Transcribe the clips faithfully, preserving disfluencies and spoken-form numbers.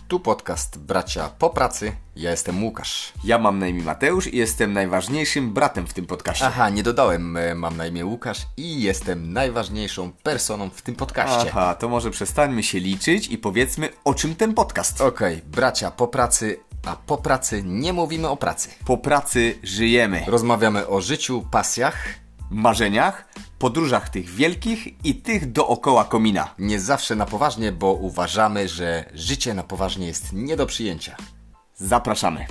Tu podcast Bracia po pracy. Ja jestem Łukasz. Ja mam na imię Mateusz i jestem najważniejszym bratem w tym podcaście. Aha, nie dodałem. Mam na imię Łukasz i jestem najważniejszą personą w tym podcaście. Aha, to może przestańmy się liczyć i powiedzmy, o czym ten podcast. Okej, okay, bracia po pracy, a po pracy nie mówimy o pracy. Po pracy żyjemy. Rozmawiamy o życiu, pasjach, marzeniach, podróżach tych wielkich i tych dookoła komina. Nie zawsze na poważnie, bo uważamy, że życie na poważnie jest nie do przyjęcia. Zapraszamy.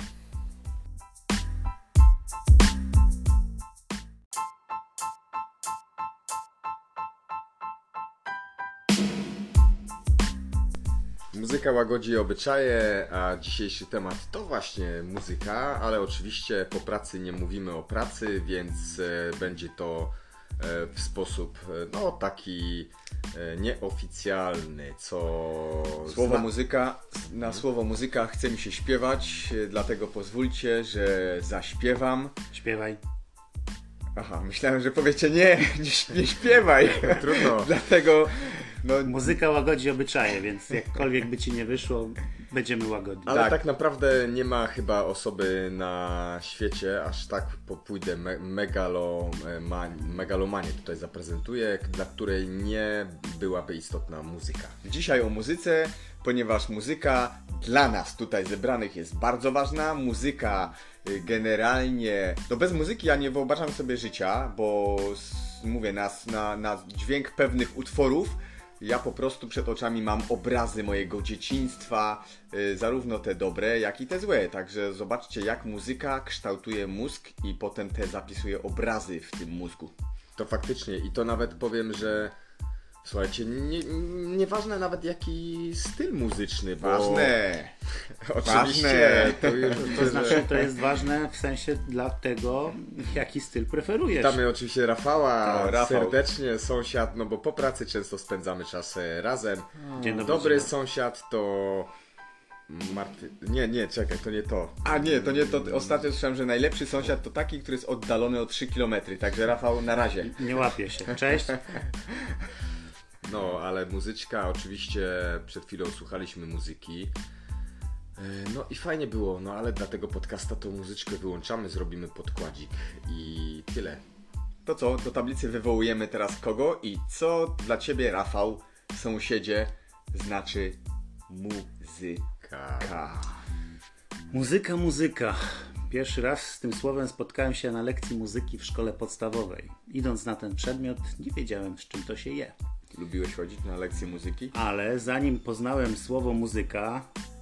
Muzyka łagodzi obyczaje, a dzisiejszy temat to właśnie muzyka, ale oczywiście po pracy nie mówimy o pracy, więc e, będzie to e, w sposób e, no taki e, nieoficjalny, co... Słowo zna... muzyka, na słowo muzyka chce mi się śpiewać, dlatego pozwólcie, że zaśpiewam. Śpiewaj. Aha, myślałem, że powiecie nie, nie, nie śpiewaj. Trudno. Dlatego... No, muzyka łagodzi obyczaje, więc jakkolwiek by ci nie wyszło, będziemy łagodni. Ale tak. tak naprawdę nie ma chyba osoby na świecie, aż tak pójdę me megalo, man, megalomanię tutaj zaprezentuję, dla której nie byłaby istotna muzyka. Dzisiaj o muzyce, ponieważ muzyka dla nas tutaj zebranych jest bardzo ważna. Muzyka generalnie... No bez muzyki ja nie wyobrażam sobie życia, bo mówię, nas na, na dźwięk pewnych utworów ja po prostu przed oczami mam obrazy mojego dzieciństwa, yy, zarówno te dobre, jak i te złe. Także zobaczcie, jak muzyka kształtuje mózg i potem te zapisuje obrazy w tym mózgu. To faktycznie i to nawet powiem, że słuchajcie, nie, nieważne nawet jaki styl muzyczny, bo... Ważne! Oczywiście. To, już, to znaczy, to jest ważne w sensie dla tego, jaki styl preferujesz. Witamy oczywiście Rafała, to, Rafał. serdecznie, sąsiad, no bo po pracy często spędzamy czas razem. Dzień dobry, Dobry dzień. sąsiad to... Martwy... Nie, nie, czekaj, to nie to. A nie, to nie to. Ostatnio słyszałem, że najlepszy sąsiad to taki, który jest oddalony o trzy kilometry. Także Rafał, na razie. Nie łapie się. Cześć. No, ale muzyczka, oczywiście przed chwilą słuchaliśmy muzyki. No i fajnie było, no ale dla tego podcasta to muzyczkę wyłączamy, zrobimy podkładzik i tyle. To co, do tablicy wywołujemy teraz kogo i co dla Ciebie, Rafał, sąsiedzie, znaczy muzyka? Muzyka, muzyka. Pierwszy raz z tym słowem spotkałem się na lekcji muzyki w szkole podstawowej. Idąc na ten przedmiot, nie wiedziałem, z czym to się je. Lubiłeś chodzić na lekcje muzyki? Ale zanim poznałem słowo muzyka,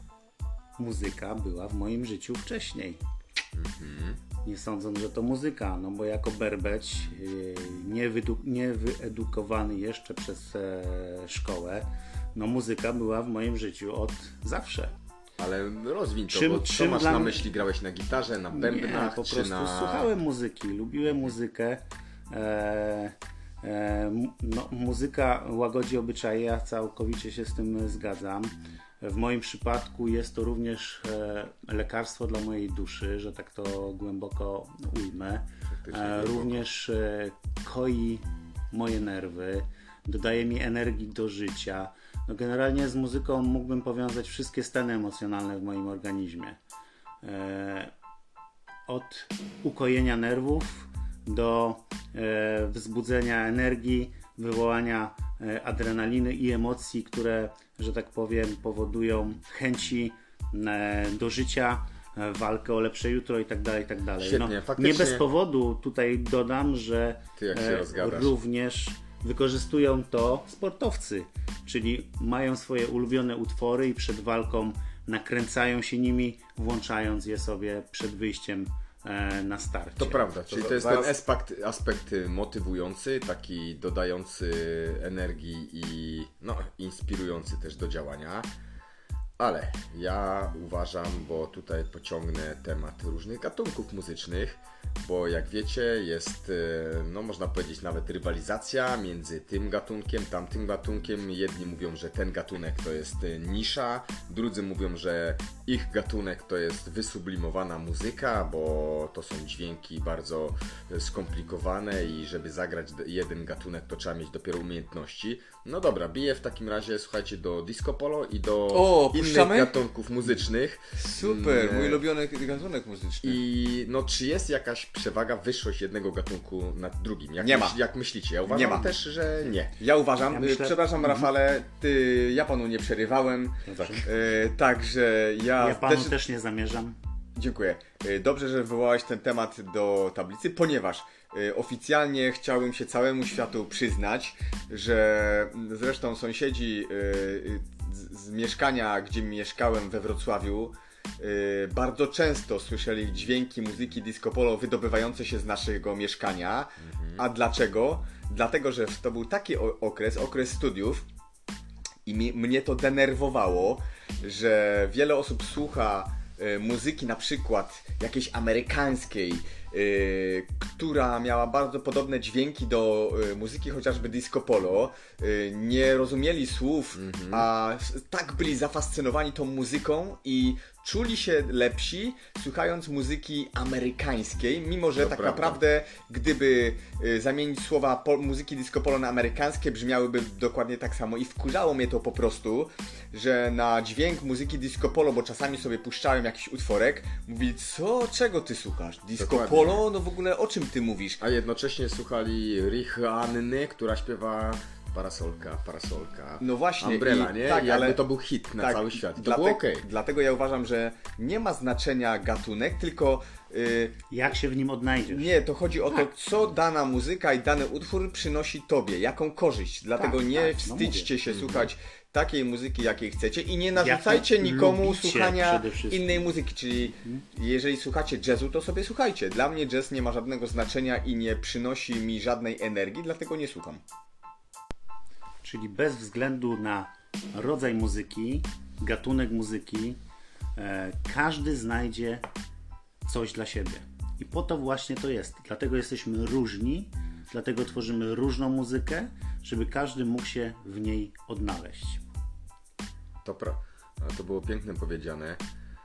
muzyka była w moim życiu wcześniej. Mhm. Nie sądząc, że to muzyka, no bo jako berbeć, yy, niewydu- niewyedukowany jeszcze przez e, szkołę, no muzyka była w moim życiu od zawsze. Ale rozwiń to, Czym- bo co czym masz dla na mnie- myśli? Grałeś na gitarze, na bębnach, Nie, po czy prostu na... słuchałem muzyki, lubiłem muzykę. E, e, no, muzyka łagodzi obyczaje, ja całkowicie się z tym zgadzam. W moim przypadku jest to również e, lekarstwo dla mojej duszy, że tak to głęboko ujmę. E, również e, koi moje nerwy, dodaje mi energii do życia. No, generalnie z muzyką mógłbym powiązać wszystkie stany emocjonalne w moim organizmie. E, od ukojenia nerwów do e, wzbudzenia energii, wywołania e, adrenaliny i emocji, które, że tak powiem, powodują chęci e, do życia, e, walkę o lepsze jutro i tak dalej, i tak dalej. Świetnie, no, faktycznie... Nie bez powodu tutaj dodam, że Ty jak się rozgadasz. również wykorzystują to sportowcy, czyli mają swoje ulubione utwory i przed walką nakręcają się nimi, włączając je sobie przed wyjściem e, na starcie. To prawda, czyli To to jest zaraz- ten aspekt, aspekt motywujący, taki dodający energii i no, inspirujący też do działania. Ale ja uważam, bo tutaj pociągnę temat różnych gatunków muzycznych, bo jak wiecie jest, no można powiedzieć nawet rywalizacja między tym gatunkiem, tamtym gatunkiem. Jedni mówią, że ten gatunek to jest nisza, drudzy mówią, że ich gatunek to jest wysublimowana muzyka, bo to są dźwięki bardzo skomplikowane i żeby zagrać jeden gatunek to trzeba mieć dopiero umiejętności. No dobra, biję w takim razie, słuchajcie, do disco polo i do O, innych Puszczamy? innych gatunków muzycznych. Super, Mm, mój ulubiony gatunek muzyczny. I no, czy jest jakaś przewaga, wyższość jednego gatunku nad drugim? Jak Nie ma. myśl, Jak myślicie? Ja uważam Nie ma. też, że nie. Ja uważam, Ja y, myślę- przepraszam Rafale, ty, ja panu nie przerywałem, Tak. y, także ja, Ja panu też, też nie zamierzam. dziękuję. Y, Dobrze, że wywołałeś ten temat do tablicy, ponieważ y, oficjalnie chciałbym się całemu światu przyznać, że zresztą sąsiedzi y, y, z, z mieszkania, gdzie mieszkałem we Wrocławiu, y, bardzo często słyszeli dźwięki muzyki disco polo wydobywające się z naszego mieszkania. A dlaczego? Dlatego, że to był taki o- okres, okres studiów, i mi, mnie to denerwowało, że wiele osób słucha e, muzyki na przykład jakiejś amerykańskiej, e, która miała bardzo podobne dźwięki do e, muzyki chociażby disco polo, e, nie rozumieli słów, a s- tak byli zafascynowani tą muzyką i czuli się lepsi słuchając muzyki amerykańskiej, mimo że To tak prawda. naprawdę gdyby y, zamienić słowa po, muzyki disco polo na amerykańskie, brzmiałyby dokładnie tak samo i wkurzało mnie to po prostu, że na dźwięk muzyki disco polo, bo czasami sobie puszczałem jakiś utworek, mówili, co, czego ty słuchasz? Disco Dokładnie. polo? No w ogóle o czym ty mówisz? A jednocześnie słuchali Rihanny, która śpiewa Parasolka, parasolka. No właśnie, Umbrella, i- nie? tak, I jakby ale- to był hit na Tak, cały świat. I to dlate- było okej. Dlatego ja uważam, że nie ma znaczenia gatunek, tylko y, Jak się w nim odnajdziesz? nie, to chodzi o Tak. to, co dana muzyka i dany utwór przynosi tobie, jaką korzyść. Dlatego Tak, nie tak, no wstydźcie mówię. się słuchać takiej muzyki, jakiej chcecie i nie narzucajcie Jaką nikomu lubicie słuchania przede wszystkim. innej muzyki. Czyli jeżeli słuchacie jazzu, to sobie słuchajcie. Dla mnie jazz nie ma żadnego znaczenia i nie przynosi mi żadnej energii, dlatego nie słucham. Czyli bez względu na rodzaj muzyki, gatunek muzyki, e, każdy znajdzie coś dla siebie. I po to właśnie to jest. Dlatego jesteśmy różni, dlatego tworzymy różną muzykę, żeby każdy mógł się w niej odnaleźć. To, pra... to było pięknie powiedziane,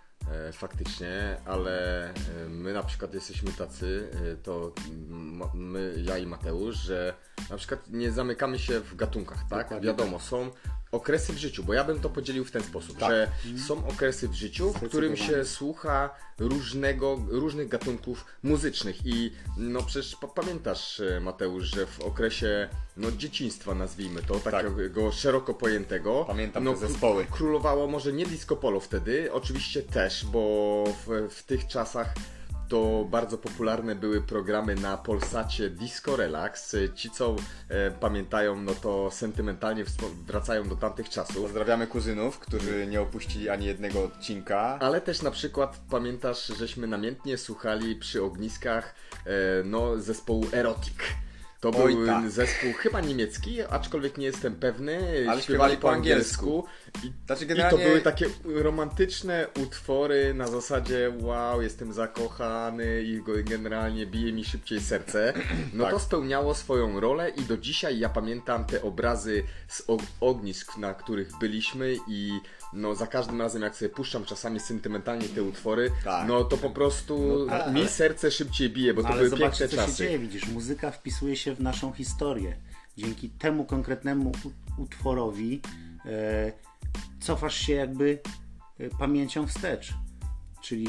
e, faktycznie, ale e, my na przykład jesteśmy tacy, e, to m- my, ja i Mateusz, że na przykład nie zamykamy się w gatunkach, tak? Dokładnie Wiadomo, są okresy w życiu, bo ja bym to podzielił w ten sposób, Tak. że są okresy w życiu, w którym się Zdecydowanie. słucha różnego, różnych gatunków muzycznych i no przecież pa- pamiętasz, e, Mateusz, że w okresie no, dzieciństwa, nazwijmy to, takiego szeroko pojętego, Pamiętam no, te zespoły. królowało może nie disco polo wtedy, oczywiście też, bo w, w tych czasach to bardzo popularne były programy na Polsacie Disco Relax. Ci, co e, pamiętają, no to sentymentalnie wspo- wracają do tamtych czasów. Pozdrawiamy kuzynów, którzy nie opuścili ani jednego odcinka. Ale też na przykład pamiętasz, żeśmy namiętnie słuchali przy ogniskach e, no, zespołu Erotic. To Oj, był tak. zespół chyba niemiecki, aczkolwiek nie jestem pewny. Ale śpiewali po angielsku. I, Znaczy I generalnie... to były takie romantyczne utwory na zasadzie wow, jestem zakochany i go- generalnie bije mi szybciej serce. No Tak. to spełniało swoją rolę i do dzisiaj ja pamiętam te obrazy z og- ognisk, na których byliśmy i no za każdym razem jak sobie puszczam czasami sentymentalnie te utwory, Tak. no to po prostu No tak, mi ale- serce szybciej bije, bo to Ale były zobaczcie, piękne co się czasy. dzieje, widzisz, muzyka wpisuje się w naszą historię. Dzięki temu konkretnemu u- utworowi e, cofasz się jakby e, pamięcią wstecz. Czyli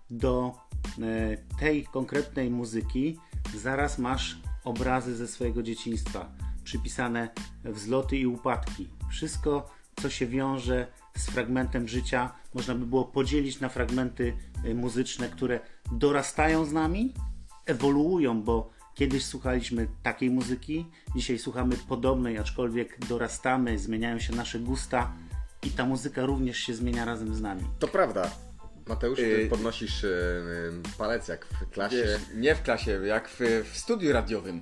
do e, tej konkretnej muzyki zaraz masz obrazy ze swojego dzieciństwa, przypisane wzloty i upadki. Wszystko, co się wiąże z fragmentem życia, można by było podzielić na fragmenty e, muzyczne, które dorastają z nami, ewoluują, bo kiedyś słuchaliśmy takiej muzyki, dzisiaj słuchamy podobnej, aczkolwiek dorastamy, zmieniają się nasze gusta i ta muzyka również się zmienia razem z nami. To prawda. Mateusz, ty Yy, podnosisz yy, yy, palec jak w klasie. Wiesz, nie w klasie, jak w, w studiu radiowym.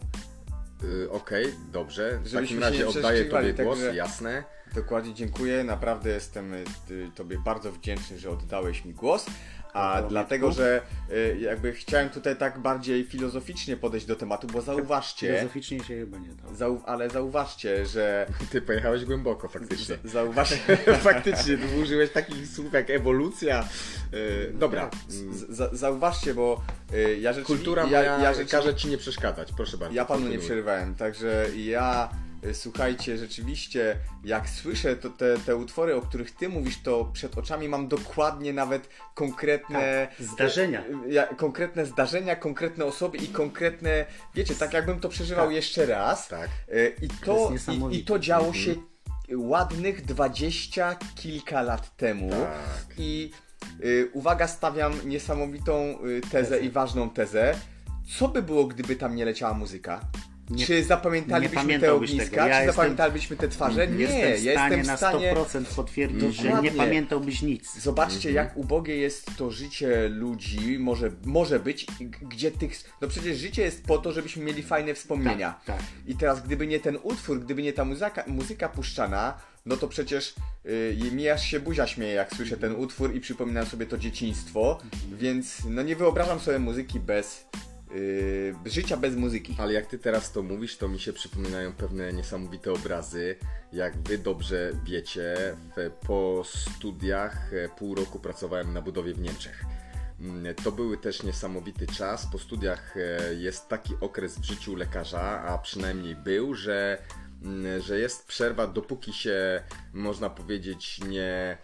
Yy, Okej, dobrze. W Żebyśmy takim się nie razie oddaję prześcigali, Tobie głos, także- jasne. Dokładnie, dziękuję. Naprawdę jestem y, Tobie bardzo wdzięczny, że oddałeś mi głos. A Dobra, dlatego, Mietku. że y, jakby chciałem tutaj tak bardziej filozoficznie podejść do tematu, bo zauważcie, Filozoficznie się chyba nie dało. zau, ale zauważcie, że Ty pojechałeś głęboko faktycznie. zauważcie, Faktycznie, ty użyłeś takich słów jak ewolucja. Yy, dobra. z, za, zauważcie, bo y, ja rzeczywiście Kultura ja, moja ja, rzeczywiście- każe ci nie przeszkadzać, proszę bardzo. ja panu nie kontynuuj. przerywałem, także ja słuchajcie, rzeczywiście, jak słyszę to te, te utwory, o których ty mówisz, to przed oczami mam dokładnie nawet konkretne tak, zdarzenia. Ja, konkretne zdarzenia, konkretne osoby i konkretne, wiecie, tak jakbym to przeżywał tak. jeszcze raz. Tak. I to, to i, i to działo mhm. się ładnych dwadzieścia kilka lat temu. Tak. I y, uwaga, stawiam niesamowitą y, tezę, tezę i ważną tezę. Co by było, gdyby tam nie leciała muzyka? Nie, czy zapamiętalibyśmy te ogniska? Ja czy jestem, zapamiętalibyśmy te twarze? Nie, jestem w stanie jestem w na stanie sto procent potwierdzić, że nie pamiętałbyś nic. Zobaczcie, mhm. jak ubogie jest to życie ludzi, może, może być, gdzie tych... No przecież życie jest po to, żebyśmy mieli fajne wspomnienia. Tak, tak. I teraz, gdyby nie ten utwór, gdyby nie ta muzyka, muzyka puszczana, no to przecież yy, mi aż się buzia śmieje, jak słyszę ten utwór i przypominam sobie to dzieciństwo, mhm. więc no nie wyobrażam sobie muzyki bez... Yy, życia bez muzyki. Ale jak ty teraz to mówisz, to mi się przypominają pewne niesamowite obrazy. Jak wy dobrze wiecie, w, po studiach pół roku pracowałem na budowie w Niemczech. To były też niesamowity czas. Po studiach jest taki okres w życiu lekarza, a przynajmniej był, że, że jest przerwa, dopóki się, można powiedzieć, nie...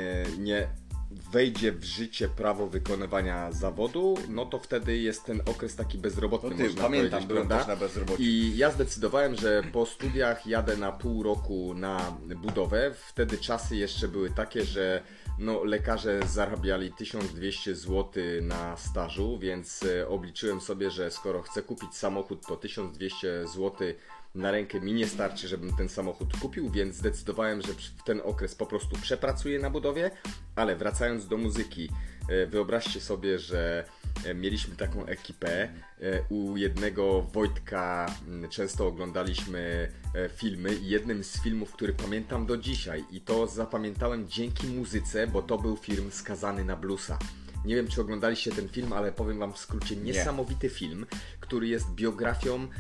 nie wejdzie w życie prawo wykonywania zawodu, no to wtedy jest ten okres taki bezrobotny, no ty, można pamiętam, powiedzieć, byłem prawda? też na bezrobociu. I ja zdecydowałem, że po studiach jadę na pół roku na budowę. Wtedy czasy jeszcze były takie, że no, lekarze zarabiali tysiąc dwieście złotych na stażu, więc obliczyłem sobie, że skoro chcę kupić samochód, to tysiąc dwieście złotych na rękę mi nie starczy, żebym ten samochód kupił, więc zdecydowałem, że w ten okres po prostu przepracuję na budowie. Ale wracając do muzyki, wyobraźcie sobie, że mieliśmy taką ekipę. U jednego Wojtka często oglądaliśmy filmy i jednym z filmów, który pamiętam do dzisiaj, i to zapamiętałem dzięki muzyce, bo to był film Skazany na bluesa. Nie wiem, czy oglądaliście ten film, ale powiem wam w skrócie, niesamowity Nie. film, który jest biografią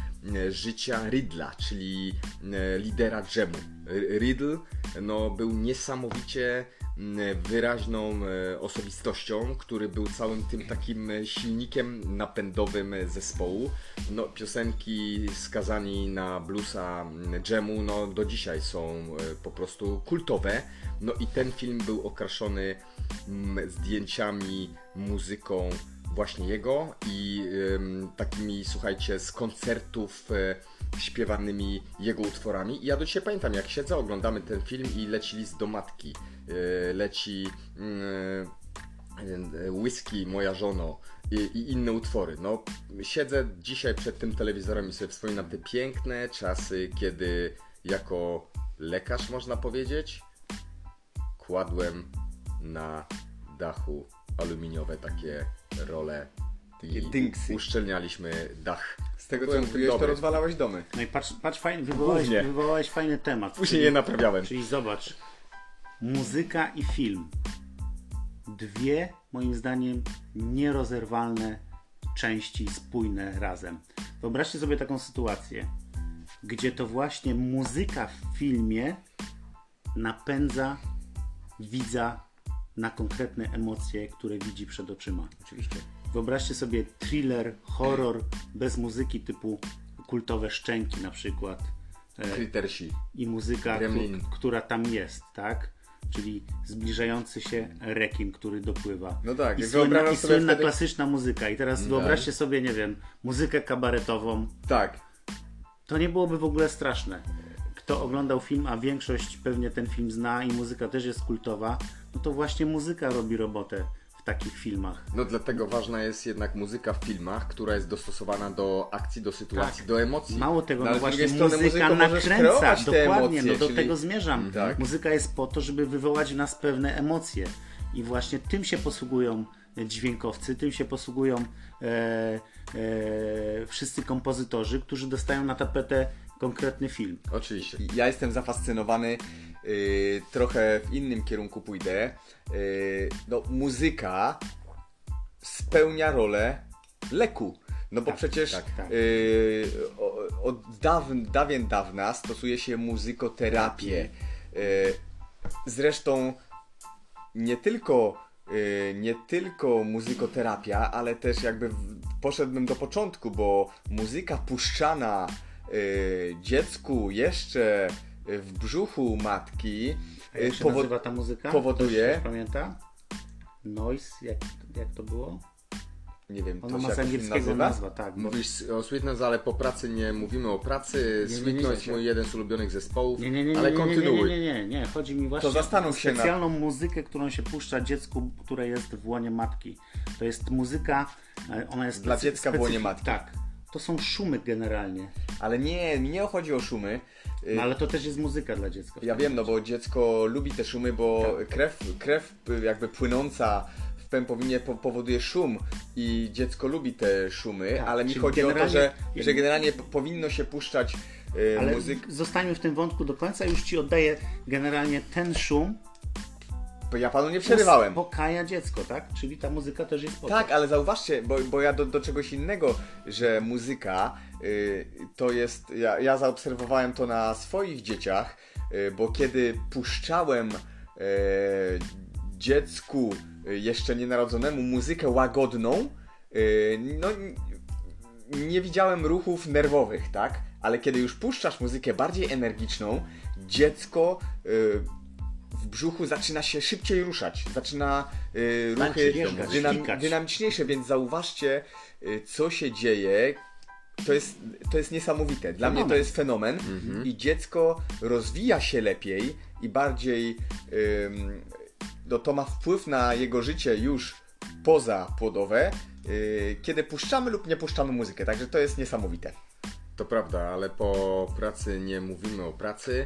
życia Riddla, czyli lidera dżemu. Riddle no, był niesamowicie wyraźną osobistością, który był całym tym takim silnikiem napędowym zespołu. No, piosenki Skazani na bluesa dżemu no, do dzisiaj są po prostu kultowe. No i ten film był okraszony zdjęciami, muzyką właśnie jego i ym, takimi, słuchajcie, z koncertów y, śpiewanymi jego utworami. I ja do dzisiaj pamiętam, jak siedzę, oglądamy ten film i leci List do matki, y, leci y, y, Whisky, moja żono i, i inne utwory. No, siedzę dzisiaj przed tym telewizorem i sobie wspominam te piękne czasy, kiedy jako lekarz, można powiedzieć, kładłem na dachu aluminiowe takie role takie i dynksy. Uszczelnialiśmy dach. Z tego co mówiłeś, to rozwalałeś domy. No i patrz, patrz fajnie, wywołałeś, wywołałeś fajny temat. Później czyli, je naprawiałem. Czyli zobacz, muzyka i film. Dwie, moim zdaniem, nierozerwalne części spójne razem. Wyobraźcie sobie taką sytuację, gdzie to właśnie muzyka w filmie napędza widza na konkretne emocje, które widzi przed oczyma. Oczywiście. Wyobraźcie sobie thriller, horror bez muzyki typu kultowe Szczęki na przykład. Krytersi. I muzyka, Gremlin. k- która tam jest, tak? Czyli zbliżający się rekin, który dopływa. No tak, I jak słynna, wyobrażam i sobie słynna wtedy... klasyczna muzyka. I teraz tak. wyobraźcie sobie, nie wiem, muzykę kabaretową. Tak. To nie byłoby w ogóle straszne. Kto oglądał film, a większość pewnie ten film zna i muzyka też jest kultowa, no to właśnie muzyka robi robotę w takich filmach. No dlatego ważna jest jednak muzyka w filmach, która jest dostosowana do akcji, do sytuacji, Tak. do emocji. Mało tego, No, no ale z właśnie drugiej strony muzyka muzyką możesz nakręca, kreować te dokładnie, emocje, no do czyli- tego zmierzam. Tak. Muzyka jest po to, żeby wywołać w nas pewne emocje i właśnie tym się posługują dźwiękowcy, tym się posługują e, e, wszyscy kompozytorzy, którzy dostają na tapetę konkretny film. Oczywiście. Ja jestem zafascynowany, yy, trochę w innym kierunku pójdę. Yy, no, muzyka spełnia rolę leku. No bo Tak, przecież tak, tak. Yy, o- od dawien, dawien dawna stosuje się muzykoterapię. Yy, zresztą nie tylko, yy, nie tylko muzykoterapia, ale też jakby w, poszedłbym do początku, bo muzyka puszczana y, dziecku jeszcze w brzuchu matki A jak się powo- nazywa ta muzyka? powoduje... Ktoś, ktoś pamięta? Noise? Jak, jak to było? Nie wiem, Ona to ma się z jakoś angielskiego nazywa? nazwa, tak. Bo... Mówisz o Sweetness, ale po pracy nie mówimy o pracy. Nie, nie, Sweetness nie, jest nie. mój jeden z ulubionych zespołów, Nie, nie, nie, nie, ale nie, nie, kontynuuj. nie, nie, nie, nie, chodzi mi właśnie To zastanów o się na- specjalną muzykę, którą się puszcza dziecku, które jest w łonie matki. To jest muzyka, e, ona jest Dla specy- dziecka w łonie specyfi- matki. Tak. To są szumy generalnie. Ale nie, mi nie chodzi o szumy. Y, No ale to też jest muzyka dla dziecka. Ja wiem, no bo dziecko lubi te szumy, bo Tak. krew, krew y, jakby płynąca w pępowinie po- powoduje szum i dziecko lubi te szumy, Tak, ale mi czyli chodzi o to, generalnie- że, że generalnie p- powinno się puszczać y, Ale muzykę. zostańmy w tym wątku do końca. Już Ci oddaję generalnie ten szum. Ja panu nie przerywałem. Uspokaja dziecko, tak? Czyli ta muzyka też jest po to. Tak, ale zauważcie, bo, bo ja do, do czegoś innego, że muzyka y, to jest, ja, ja zaobserwowałem to na swoich dzieciach, y, bo kiedy puszczałem y, dziecku y, jeszcze nienarodzonemu muzykę łagodną, y, no n- nie widziałem ruchów nerwowych, tak? Ale kiedy już puszczasz muzykę bardziej energiczną, dziecko y, w brzuchu zaczyna się szybciej ruszać, zaczyna y, ruchy Tańczyć, dynam, ślikać. dynamiczniejsze, więc zauważcie, y, co się dzieje. To jest, to jest niesamowite. Dla Fenomen. mnie to jest fenomen i dziecko rozwija się lepiej i bardziej ym, no, to ma wpływ na jego życie już pozapłodowe, y, kiedy puszczamy lub nie puszczamy muzykę. Także to jest niesamowite. To prawda, ale po pracy nie mówimy o pracy.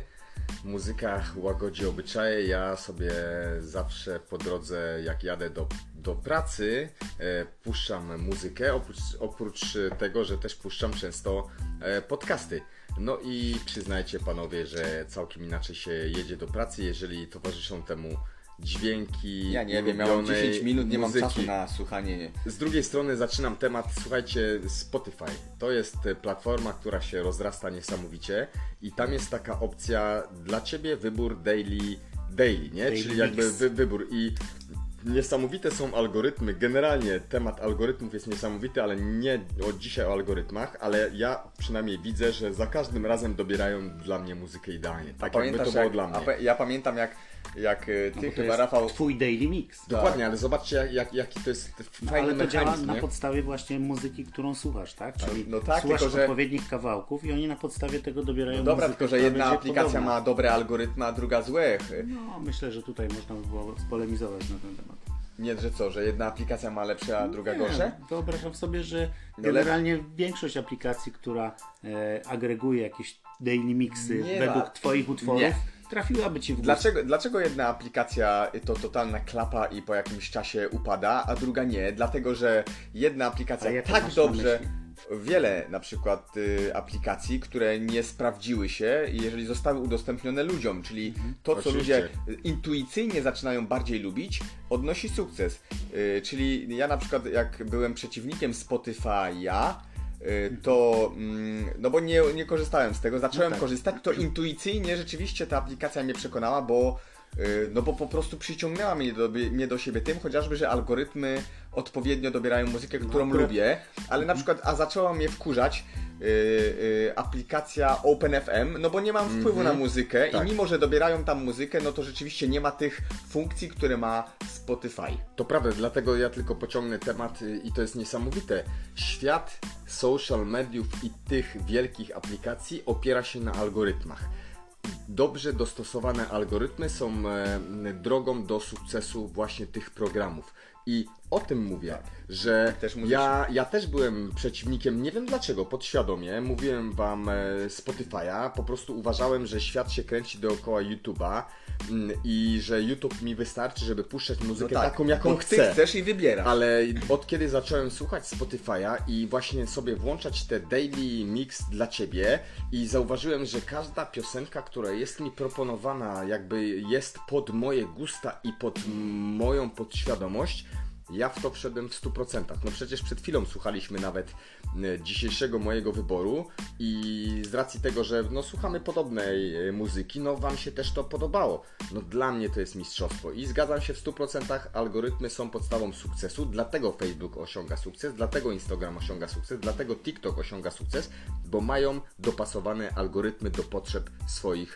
Muzyka łagodzi obyczaje. Ja sobie zawsze po drodze, jak jadę do, do pracy, e, puszczam muzykę. Oprócz, oprócz tego, że też puszczam często e, podcasty. No i przyznajcie panowie, że całkiem inaczej się jedzie do pracy, jeżeli towarzyszą temu dźwięki. Ja nie wiem, ja mam ulubionej dziesięć minut, nie mam muzyki. czasu na słuchanie. Z drugiej strony zaczynam temat, słuchajcie, Spotify. To jest platforma, która się rozrasta niesamowicie i tam jest taka opcja dla Ciebie, wybór daily, daily, nie? Daily Czyli jakby mix. wy, wybór i niesamowite są algorytmy. Generalnie temat algorytmów jest niesamowity, ale nie od dzisiaj o algorytmach, ale ja przynajmniej widzę, że za każdym razem dobierają dla mnie muzykę idealnie. Tak jakby to było jak, dla mnie. a pa- ja pamiętam jak, jak y, No ty bo to chyba, jest Rafał, twój daily mix. Dokładnie, ale zobaczcie jak, jak, jaki to jest No, fajny ale to działa mechanizm, na nie? podstawie właśnie muzyki, którą słuchasz, tak? Czyli no tak, słuchasz tylko że- odpowiednich kawałków i oni na podstawie tego dobierają no dobra, muzykę, tylko że która jedna będzie aplikacja podobna. ma dobre algorytmy, a druga złe. No, myślę, że tutaj można by było spolemizować na ten temat. Nie, że co, że jedna aplikacja ma lepsze, a druga Nie, gorsze? Wyobrażam sobie, że No generalnie większość aplikacji, która e, agreguje jakieś daily mixy Nie według ma. Twoich utworów, Nie. trafiłaby Ci w gust. Dlaczego, dlaczego jedna aplikacja to totalna klapa i po jakimś czasie upada, a druga nie? Dlatego, że jedna A aplikacja jakie tak masz na dobrze, myśli? wiele na przykład y, aplikacji, które nie sprawdziły się i jeżeli zostały udostępnione ludziom, czyli Mhm. to, co Oczywiście. ludzie intuicyjnie zaczynają bardziej lubić, odnosi sukces. Y, czyli ja na przykład jak byłem przeciwnikiem Spotify'a, y, to, mm, no bo nie, nie korzystałem z tego, zacząłem No tak. korzystać, to intuicyjnie rzeczywiście ta aplikacja mnie przekonała, bo y, no bo po prostu przyciągnęła mnie do, mnie do siebie tym, chociażby, że algorytmy odpowiednio dobierają muzykę, którą akurat- lubię, ale na przykład, a zaczęła mnie wkurzać y, y, aplikacja OpenFM, no bo nie mam wpływu na muzykę Tak. i mimo, że dobierają tam muzykę, no to rzeczywiście nie ma tych funkcji, które ma Spotify. To prawda, dlatego ja tylko pociągnę temat y, i to jest niesamowite. Świat social mediów i tych wielkich aplikacji opiera się na algorytmach. Dobrze dostosowane algorytmy są e, drogą do sukcesu właśnie tych programów. I o tym mówię, że Też muzycznie. ja, ja też byłem przeciwnikiem, nie wiem dlaczego, podświadomie, mówiłem wam e, Spotify'a, po prostu uważałem, że świat się kręci dookoła YouTube'a mm, i że YouTube mi wystarczy, żeby puszczać muzykę taką, jaką bo chcę. ty chcesz i wybierasz. Ale od kiedy zacząłem słuchać Spotify'a i właśnie sobie włączać te daily mix dla Ciebie i zauważyłem, że każda piosenka, która jest mi proponowana, jakby jest pod moje gusta i pod moją podświadomość, Ja w to wszedłem w stu procentach. No przecież przed chwilą słuchaliśmy nawet dzisiejszego mojego wyboru i z racji tego, że no słuchamy podobnej muzyki, no wam się też to podobało. No dla mnie to jest mistrzostwo i zgadzam się w stu procentach, algorytmy są podstawą sukcesu, dlatego Facebook osiąga sukces, dlatego Instagram osiąga sukces, dlatego TikTok osiąga sukces, bo mają dopasowane algorytmy do potrzeb swoich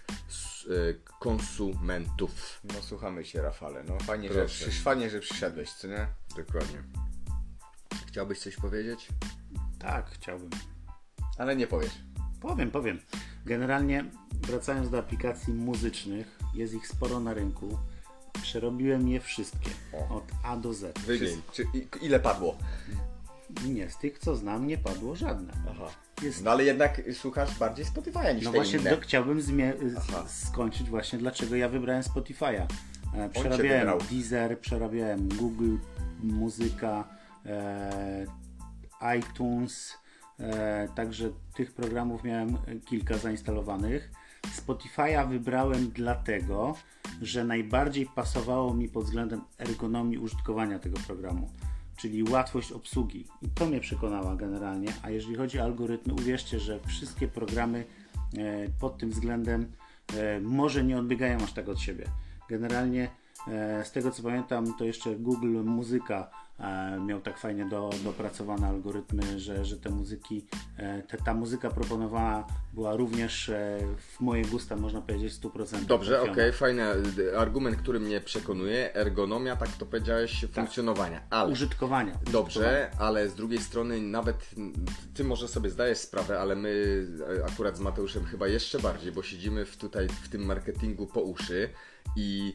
konsumentów. No słuchamy Cię, Rafale. No fajnie, Proszę. że, przysz, fajnie, że przyszedłeś, co nie? Dokładnie. Chciałbyś coś powiedzieć? Tak, chciałbym. Ale nie powiesz. Powiem, powiem. Generalnie wracając do aplikacji muzycznych, jest ich sporo na rynku. Przerobiłem je wszystkie. O. Od A do Z. Czy, czy, i- ile padło? Nie, z tych co znam nie padło żadne. Aha. Jest... No ale jednak słuchasz bardziej Spotify'a niż No te właśnie inne. do, chciałbym zmie- Aha. z- skończyć właśnie dlaczego ja wybrałem Spotify'a. E, cię Przerabiałem wybrał. Deezer, przerabiałem Google Muzyka, e, iTunes, e, także tych programów miałem kilka zainstalowanych. Spotify'a wybrałem dlatego, że najbardziej pasowało mi pod względem ergonomii użytkowania tego programu, czyli łatwość obsługi. I to mnie przekonała generalnie. A jeżeli chodzi o algorytmy, uwierzcie, że wszystkie programy e, pod tym względem e, może nie odbiegają aż tak od siebie. Generalnie e, z tego co pamiętam, to jeszcze Google Muzyka e, miał tak fajnie do, dopracowane algorytmy, że, że te muzyki, e, te, ta muzyka proponowana była również e, w moje gusta, można powiedzieć, w stu procentach. Dobrze, okej, okay, fajny argument, który mnie przekonuje. Ergonomia, tak to powiedziałeś, funkcjonowania. Ale... Użytkowania. Dobrze, ale z drugiej strony nawet ty może sobie zdajesz sprawę, ale my akurat z Mateuszem chyba jeszcze bardziej, bo siedzimy w, tutaj w tym marketingu po uszy i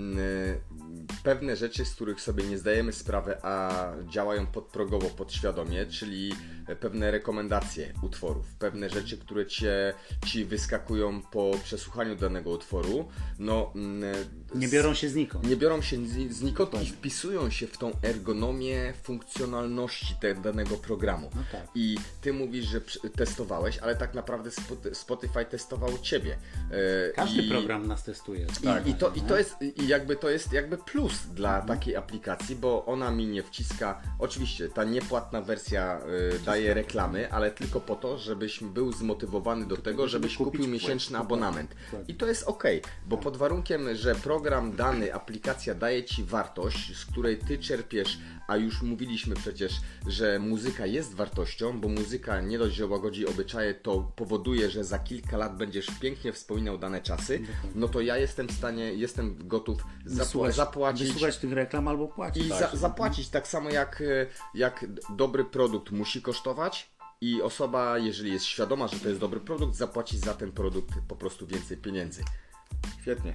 y, pewne rzeczy, z których sobie nie zdajemy sprawy, a działają podprogowo, podświadomie, czyli pewne rekomendacje utworów, pewne rzeczy, które cię, ci wyskakują po przesłuchaniu danego utworu, no y, Nie biorą się znikąd. Nie biorą się z- znikąd i wpisują się w tą ergonomię funkcjonalności te, danego programu. No tak. I ty mówisz, że przy- testowałeś, ale tak naprawdę Spot- Spotify testował ciebie. E, Każdy i, program nas testuje. I, i, to, I to jest i jakby to jest jakby plus dla takiej aplikacji, bo ona mi nie wciska. Oczywiście ta niepłatna wersja y, daje reklamy, ale tylko po to, żebyś był zmotywowany do tego, żeby żebyś kupić kupił płyn. miesięczny abonament. Dokładnie. I to jest ok, bo pod warunkiem, że program dany, aplikacja daje ci wartość, z której ty czerpiesz, a już mówiliśmy przecież, że muzyka jest wartością, bo muzyka nie dość, że łagodzi obyczaje, to powoduje, że za kilka lat będziesz pięknie wspominał dane czasy, no to ja jestem w stanie, jestem gotów zapła- Wysłuchać- zapłacić Wysłuchać tych reklam albo płacić. i za- zapłacić tak samo jak, e, jak dobry produkt musi kosztować i osoba, jeżeli jest świadoma, że to jest dobry produkt, zapłaci za ten produkt po prostu więcej pieniędzy. Świetnie.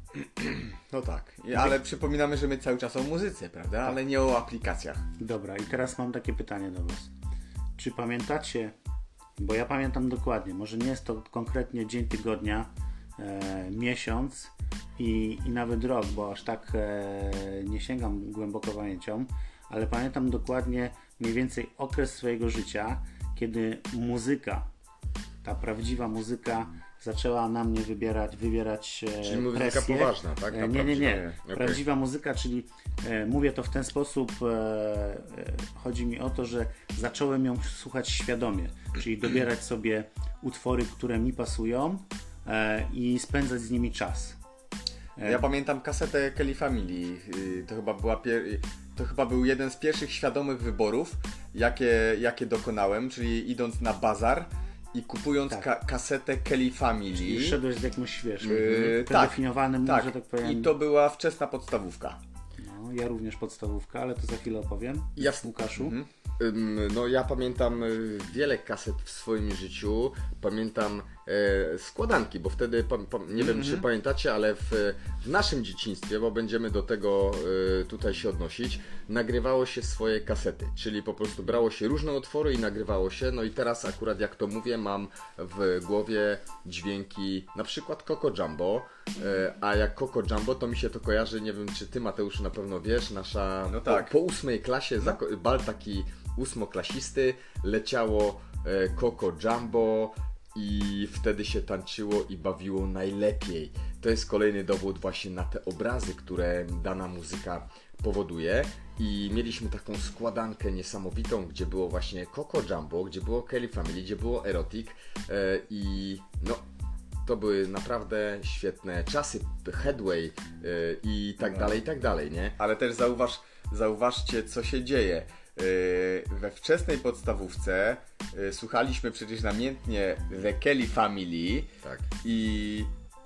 No tak, I- ale przypominamy, że my cały czas o muzyce, prawda? Ale nie o aplikacjach. Dobra, i teraz mam takie pytanie do Was. Czy pamiętacie, bo ja pamiętam dokładnie, może nie jest to konkretnie dzień tygodnia, e, miesiąc i, i nawet rok, bo aż tak e, nie sięgam głęboko pamięcią, ale pamiętam dokładnie mniej więcej okres swojego życia, kiedy muzyka, ta prawdziwa muzyka zaczęła na mnie wybierać, wybierać e, Czyli muzyka presję. poważna, tak? Ta E, nie, nie, nie. prawdziwa, okej. Prawdziwa muzyka, czyli e, mówię to w ten sposób, e, e, chodzi mi o to, że zacząłem ją słuchać świadomie, czyli dobierać sobie utwory, które mi pasują e, i spędzać z nimi czas. E, Ja pamiętam kasetę Kelly Family. y, To chyba była pier- to chyba był jeden z pierwszych świadomych wyborów, jakie, jakie dokonałem, czyli idąc na bazar i kupując Tak. ka- kasetę Kelly Family. I szedłeś z jakimś, wiesz, Yy, predefiniowanym, tak, że tak powiem. I to była wczesna podstawówka. No, ja również podstawówka, ale to za chwilę opowiem. Ja- Łukaszu. Mhm. Ym, No ja pamiętam y, wiele kaset w swoim życiu, pamiętam e, składanki, bo wtedy, pam, pam, nie wiem czy pamiętacie, ale w, w naszym dzieciństwie, bo będziemy do tego y, tutaj się odnosić, nagrywało się swoje kasety, czyli po prostu brało się różne utwory i nagrywało się, no i teraz akurat jak to mówię, mam w głowie dźwięki na przykład Coco Jumbo, e, a jak Coco Jumbo to mi się to kojarzy, nie wiem czy ty Mateusz na pewno wiesz, nasza No tak. po, po ósmej klasie, zako- bal taki ósmoklasisty, leciało e, Coco Jumbo i wtedy się tańczyło i bawiło najlepiej. To to jest kolejny dowód właśnie na te obrazy, które dana muzyka powoduje. I mieliśmy taką składankę niesamowitą, gdzie było właśnie Coco Jumbo, gdzie było Kelly Family, gdzie było Erotic i no to były naprawdę świetne czasy, Headway i tak no. dalej, i tak dalej, nie? Ale też zauważ, zauważcie, co się dzieje. We wczesnej podstawówce słuchaliśmy przecież namiętnie The Kelly Family tak. i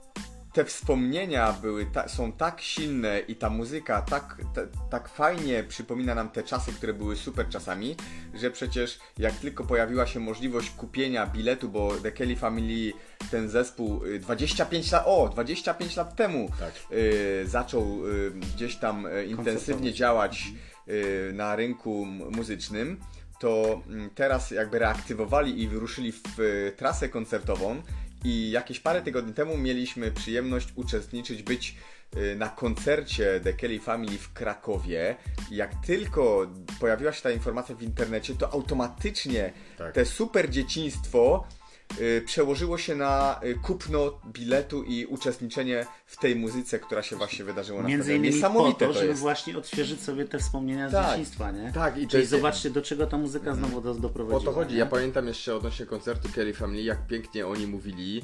te wspomnienia były ta, są tak silne i ta muzyka tak, ta, tak fajnie przypomina nam te czasy, które były super czasami, że przecież jak tylko pojawiła się możliwość kupienia biletu, bo The Kelly Family, ten zespół dwadzieścia pięć lat, o, dwadzieścia pięć lat temu tak. y, zaczął y, gdzieś tam y, intensywnie działać y, na rynku muzycznym, to y, teraz jakby reaktywowali i wyruszyli w y, trasę koncertową. I jakieś parę tygodni temu mieliśmy przyjemność uczestniczyć, być na koncercie The Kelly Family w Krakowie. I jak tylko pojawiła się ta informacja w internecie, to automatycznie tak. te super dzieciństwo y, przełożyło się na kupno biletu i uczestniczenie w tej muzyce, która się właśnie wydarzyła na Między innymi Niesamowite po to, to żeby jest. właśnie odświeżyć sobie te wspomnienia z Tak. dzieciństwa, nie? Tak, i to Czyli jest... zobaczcie, do czego ta muzyka znowu do, doprowadziła. O to chodzi. Nie? Ja pamiętam jeszcze odnośnie koncertu Kelly Family, jak pięknie oni mówili,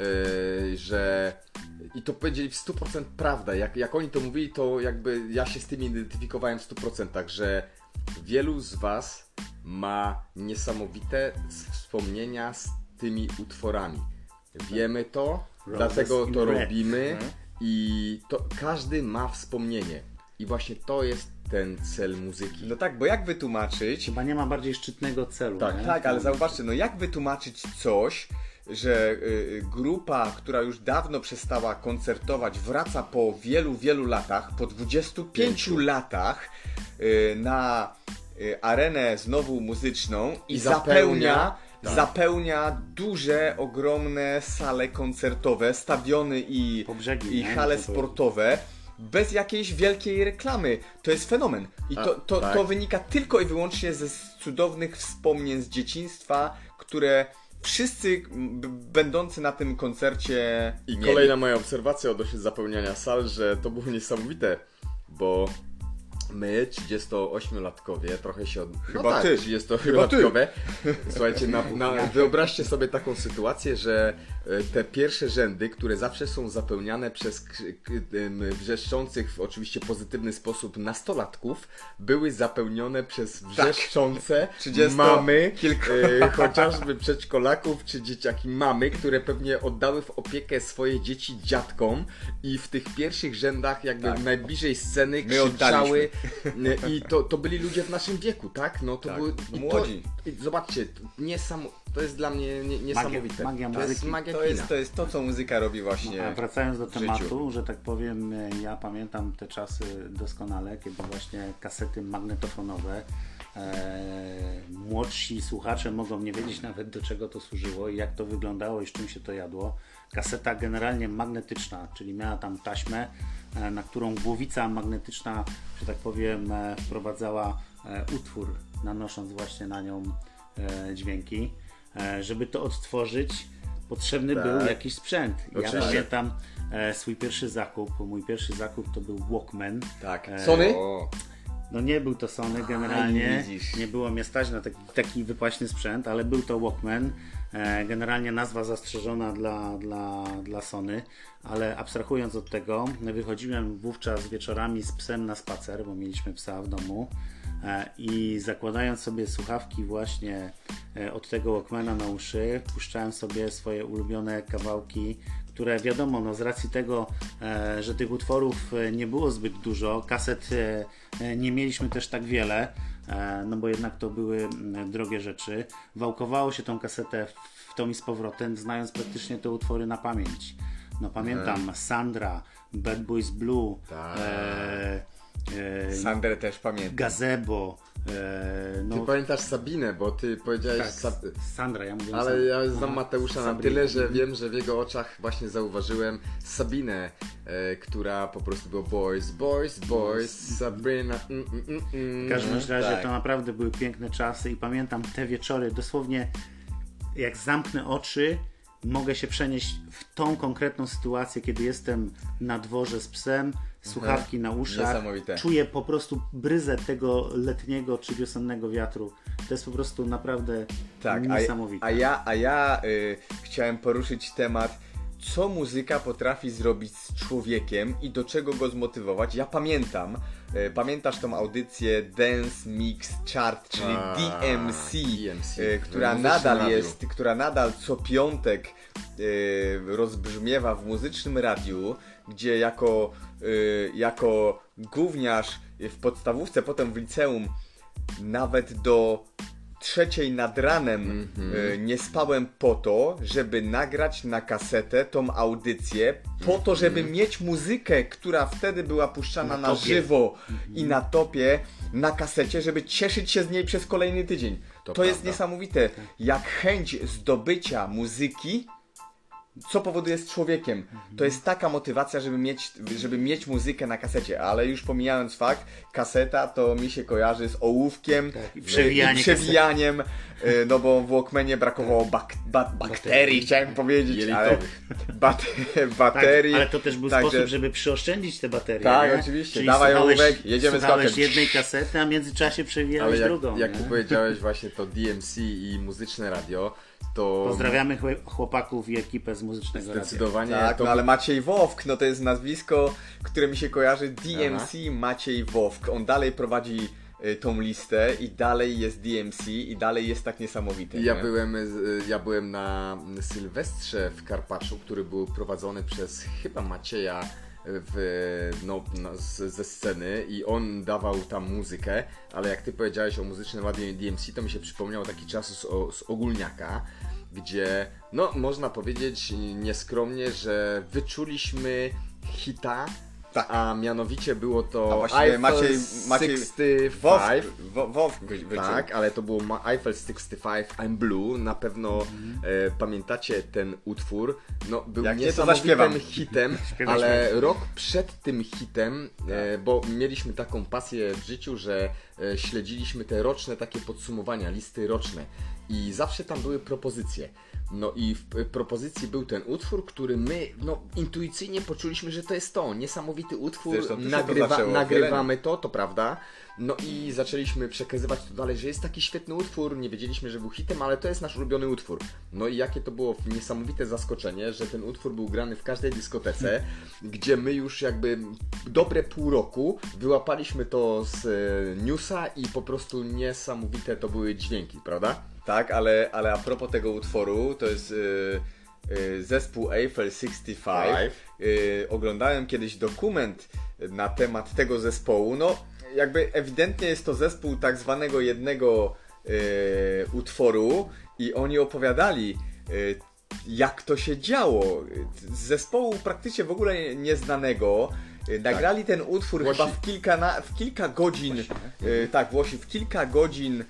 yy, że... I to powiedzieli w stu procentach prawda. Jak, jak oni to mówili, to jakby ja się z tym identyfikowałem w stu procentach, że wielu z was ma niesamowite wspomnienia z tymi utworami. Wiemy to, Roses dlatego in to Red. robimy Mhm. i to każdy ma wspomnienie. I właśnie to jest ten cel muzyki. No tak, bo jak wytłumaczyć... Chyba nie ma bardziej szczytnego celu. Tak, nie? Tak, ale zauważcie, no jak wytłumaczyć coś, że y, grupa, która już dawno przestała koncertować, wraca po wielu, wielu latach, po dwudziestu pięciu latach y, na y, arenę znowu muzyczną i, I zapełnia, zapełnia, tak. zapełnia duże, ogromne sale koncertowe, stadiony i, Po brzegi, i nie? hale To było- sportowe. Bez jakiejś wielkiej reklamy. To jest fenomen. I A, to, to, tak. to wynika tylko i wyłącznie ze cudownych wspomnień z dzieciństwa, które wszyscy b- będący na tym koncercie I mieli. kolejna moja obserwacja odnośnie zapełniania sal, że to było niesamowite, bo my, trzydziestoośmiolatkowie, trochę się od... Chyba no tak, ty. trzydziestolatkowie, słuchajcie, na, na, wyobraźcie sobie taką sytuację, że e, te pierwsze rzędy, które zawsze są zapełniane przez k- k- em, wrzeszczących w oczywiście pozytywny sposób nastolatków, były zapełnione przez wrzeszczące trzydziesto mamy, kilku. e, chociażby przedszkolaków czy dzieciaki mamy, które pewnie oddały w opiekę swoje dzieci dziadkom i w tych pierwszych rzędach jakby Tak. najbliżej sceny My krzyczały i to, to byli ludzie w naszym wieku, tak? No to Tak, były no i młodzi. To, i zobaczcie, niesamo, to jest dla mnie nie, niesamowite. magia to jest muzyki. magia To kina. jest, to jest to, co muzyka robi właśnie. No, a wracając do w życiu. tematu, że tak powiem, ja pamiętam te czasy doskonale, kiedy właśnie kasety magnetofonowe, e, młodsi słuchacze mogą nie wiedzieć nawet, do czego to służyło i jak to wyglądało i z czym się to jadło. Kaseta generalnie magnetyczna, czyli miała tam taśmę, e, na którą głowica magnetyczna, że tak powiem, e, wprowadzała e, utwór, nanosząc właśnie na nią e, dźwięki. E, żeby to odtworzyć, potrzebny Tak. był jakiś sprzęt. Ja Oczywiście. pamiętam e, swój pierwszy zakup. Mój pierwszy zakup to był Walkman. Tak. E, Sony? O, No nie był to Sony generalnie, widzisz. nie było mnie stać na taki, taki wypaśny sprzęt, ale był to Walkman. E, generalnie nazwa zastrzeżona dla, dla, dla Sony, ale abstrahując od tego, wychodziłem wówczas wieczorami z psem na spacer, bo mieliśmy psa w domu. E, I zakładając sobie słuchawki właśnie e, od tego Walkmana na uszy, puszczałem sobie swoje ulubione kawałki, które wiadomo, no z racji tego, e, że tych utworów e, nie było zbyt dużo, kaset e, e, nie mieliśmy też tak wiele, e, no bo jednak to były m, drogie rzeczy. Wałkowało się tą kasetę w tą i z powrotem, znając praktycznie te utwory na pamięć. No pamiętam Sandra, Bad Boys Blue, Tak. e, e, Sandrę też pamiętam. Gazebo, e, ty no pamiętasz Sabinę, bo ty powiedziałeś... tak, Sab... Sandra, ja mówię Ale ja znam Mateusza na Sabrina. tyle, że wiem, że w jego oczach właśnie zauważyłem Sabinę, e, która po prostu była boys, boys, boys, Sabrina. Mm, mm, mm, mm. W każdym razie tak. to naprawdę były piękne czasy i pamiętam te wieczory, dosłownie jak zamknę oczy, mogę się przenieść w tą konkretną sytuację, kiedy jestem na dworze z psem, słuchawki na uszach, Niesamowite. czuję po prostu bryzę tego letniego czy wiosennego wiatru. To jest po prostu naprawdę Tak, niesamowite. A, a ja, a ja y, chciałem poruszyć temat, co muzyka potrafi zrobić z człowiekiem i do czego go zmotywować. Ja pamiętam, y, pamiętasz tą audycję Dance Mix Chart, czyli A, D M C, D M C, y, która muzyczne nadal radio. jest, która nadal co piątek y, rozbrzmiewa w muzycznym radiu, gdzie jako, y, jako gówniarz w podstawówce, potem w liceum, nawet do trzeciej nad ranem Mm-hmm. y, nie spałem po to, żeby nagrać na kasetę tą audycję, po to, żeby Mm-hmm. mieć muzykę, która wtedy była puszczana Na na, topie. żywo Mm-hmm. i na topie, na kasecie, żeby cieszyć się z niej przez kolejny tydzień. To, To jest prawda. niesamowite, jak chęć zdobycia muzyki, co powoduje z człowiekiem. To jest taka motywacja, żeby mieć, żeby mieć muzykę na kasecie, ale już pomijając fakt, kaseta to mi się kojarzy z ołówkiem, Tak, i przewijanie i przewijaniem, y, no bo w Walkmanie brakowało bak, ba, bakterii, Baterii. chciałem powiedzieć, ale Jelitowych. bat, Tak, baterii. ale to też był Także- sposób, żeby przyoszczędzić te baterie. Tak, nie? oczywiście. Czyli Dawaj słuchałeś, ołówek, jedziemy z słuchałeś kokiem. jednej kasety, a w międzyczasie przewijałeś Ale jak, drugą. jak nie? ty powiedziałeś właśnie to D M C i muzyczne radio, to Pozdrawiamy chłop- chłopaków i ekipę z muzycznego radia. zdecydowanie Tak, to no ale Maciej Wowk, no to jest nazwisko, które mi się kojarzy, D M C Aha. Maciej Wowk. On dalej prowadzi y, tą listę i dalej jest D M C i dalej jest tak niesamowity. Ja nie? byłem, z- ja byłem na Sylwestrze w Karpaczu, który był prowadzony przez chyba Macieja w, no, na, z, ze sceny i on dawał tam muzykę, ale jak ty powiedziałeś o muzycznym radiu i D M C, to mi się przypomniał taki czas z, o- z Ogólniaka, gdzie no można powiedzieć nieskromnie, że wyczuliśmy hita, Tak. a mianowicie było to A właściwie Eiffel Maciej, Maciej sześćdziesiąt Wowk, pięć. Wo- Wowk wy- wyczuł. Tak, ale to było Ma- Eiffel sześćdziesiąt pięć I'm Blue. Na pewno e, pamiętacie ten utwór. No, był Jak nie, to niesamowitym zaśpiewam. hitem, Śpiewaj, ale śpiewaj. rok przed tym hitem, e, bo mieliśmy taką pasję w życiu, że e, śledziliśmy te roczne takie podsumowania, listy roczne i zawsze tam były propozycje. No i w w propozycji był ten utwór, który my no, intuicyjnie poczuliśmy, że to jest to. Niesamowity utwór, Zresztą tu się to nagrywa, zaczęło, nagrywamy to, to prawda. No i zaczęliśmy przekazywać to dalej, że jest taki świetny utwór, nie wiedzieliśmy, że był hitem, ale to jest nasz ulubiony utwór. No i jakie to było niesamowite zaskoczenie, że ten utwór był grany w każdej dyskotece, gdzie my już jakby dobre pół roku wyłapaliśmy to z e, newsa i po prostu niesamowite to były dźwięki, prawda? Tak, ale, ale a propos tego utworu, to jest y, y, zespół Eiffel sześćdziesiąt pięć. Five. Y, oglądałem kiedyś dokument na temat tego zespołu. No, jakby ewidentnie jest to zespół tak zwanego jednego y, utworu i oni opowiadali, y, jak to się działo. Z zespołu praktycznie w ogóle nieznanego. y, Nagrali ten utwór Włosi. chyba w kilka, na, w kilka godzin. y, tak, Włosi, w kilka godzin y,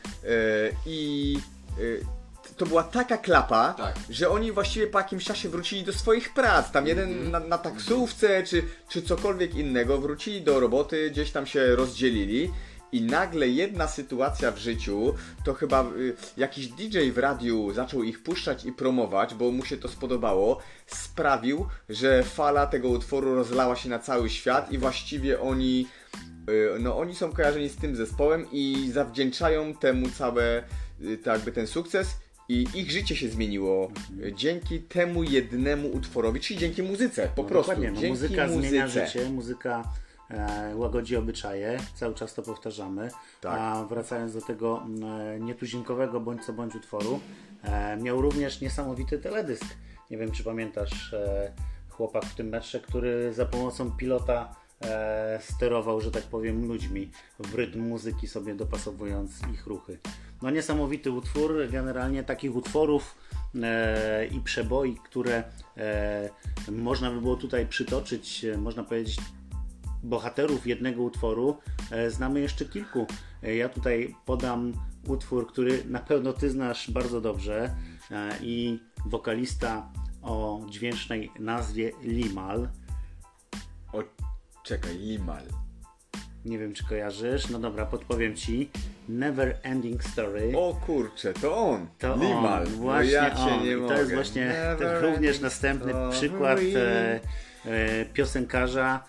i y, to była taka klapa, Tak. że oni właściwie po jakimś czasie wrócili do swoich prac. Tam jeden na, na taksówce czy, czy cokolwiek innego, wrócili do roboty, gdzieś tam się rozdzielili. I nagle jedna sytuacja w życiu, to chyba y, jakiś D J w radiu zaczął ich puszczać i promować, bo mu się to spodobało, sprawił, że fala tego utworu rozlała się na cały świat i właściwie oni, y, no oni są kojarzeni z tym zespołem i zawdzięczają temu całe, y, tak jakby ten sukces i ich życie się zmieniło y, dzięki temu jednemu utworowi, czyli dzięki muzyce, po No prostu. dokładnie, no, dzięki muzyka zmienia muzyce. życie, muzyka e, łagodzi obyczaje, cały czas to powtarzamy. Tak. A wracając do tego e, nietuzinkowego bądź co bądź utworu, e, miał również niesamowity teledysk. Nie wiem, czy pamiętasz e, chłopak w tym metrze, który za pomocą pilota e, sterował, że tak powiem, ludźmi w rytm muzyki, sobie dopasowując ich ruchy. No niesamowity utwór, generalnie takich utworów e, i przeboi, które e, można by było tutaj przytoczyć, e, można powiedzieć, bohaterów jednego utworu, e, znamy jeszcze kilku. E, ja tutaj podam utwór, który na pewno ty znasz bardzo dobrze e, i wokalista o dźwięcznej nazwie Limal. O, czekaj, Limal. Nie wiem, czy kojarzysz. No dobra, podpowiem ci. Never Ending Story. O kurczę, to on. To Limal. on, właśnie no ja cię on. nie I mogę. to jest właśnie Never również ending następny story. przykład e, e, piosenkarza,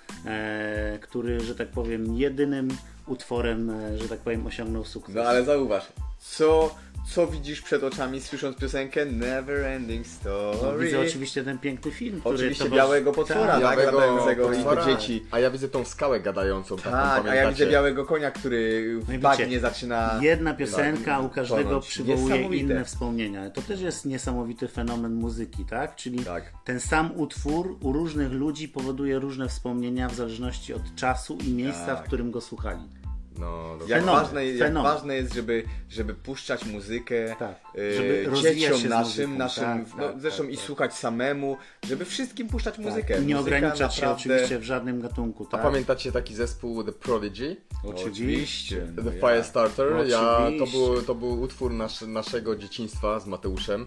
e, który, że tak powiem, jedynym utworem, e, że tak powiem, osiągnął sukces. No ale zauważ, co, co widzisz przed oczami słysząc piosenkę Never Ending Story? No, widzę oczywiście ten piękny film, który Oczywiście to białego potwora, tak, Białego latającego i te potwora, dzieci. a ja widzę tą skałę gadającą, taką, Tak, a ja pamiętacie? widzę białego konia, który No i w bagnie wiecie, zaczyna... jedna piosenka u każdego tonąć. przywołuje Niesamowite. inne wspomnienia. To też jest niesamowity fenomen muzyki, tak? Czyli Tak. ten sam utwór u różnych ludzi powoduje różne wspomnienia w zależności od czasu i miejsca, Tak. w którym go słuchali. No, Jak, dokładnie. Fenomen, ważne, jak fenomen. ważne jest, żeby, żeby puszczać muzykę Tak, e, żeby rozwijać się dzieciom z naszym, muzyką. naszym Tak, no, tak, zresztą tak, i tak. słuchać samemu, żeby wszystkim puszczać muzykę. I nie Muzyka ograniczać się naprawdę- oczywiście w żadnym gatunku, A tak? pamiętacie taki zespół The Prodigy? Oczywiście. The no Firestarter? Ja, to, Oczywiście. był, to był utwór nasz, naszego dzieciństwa z Mateuszem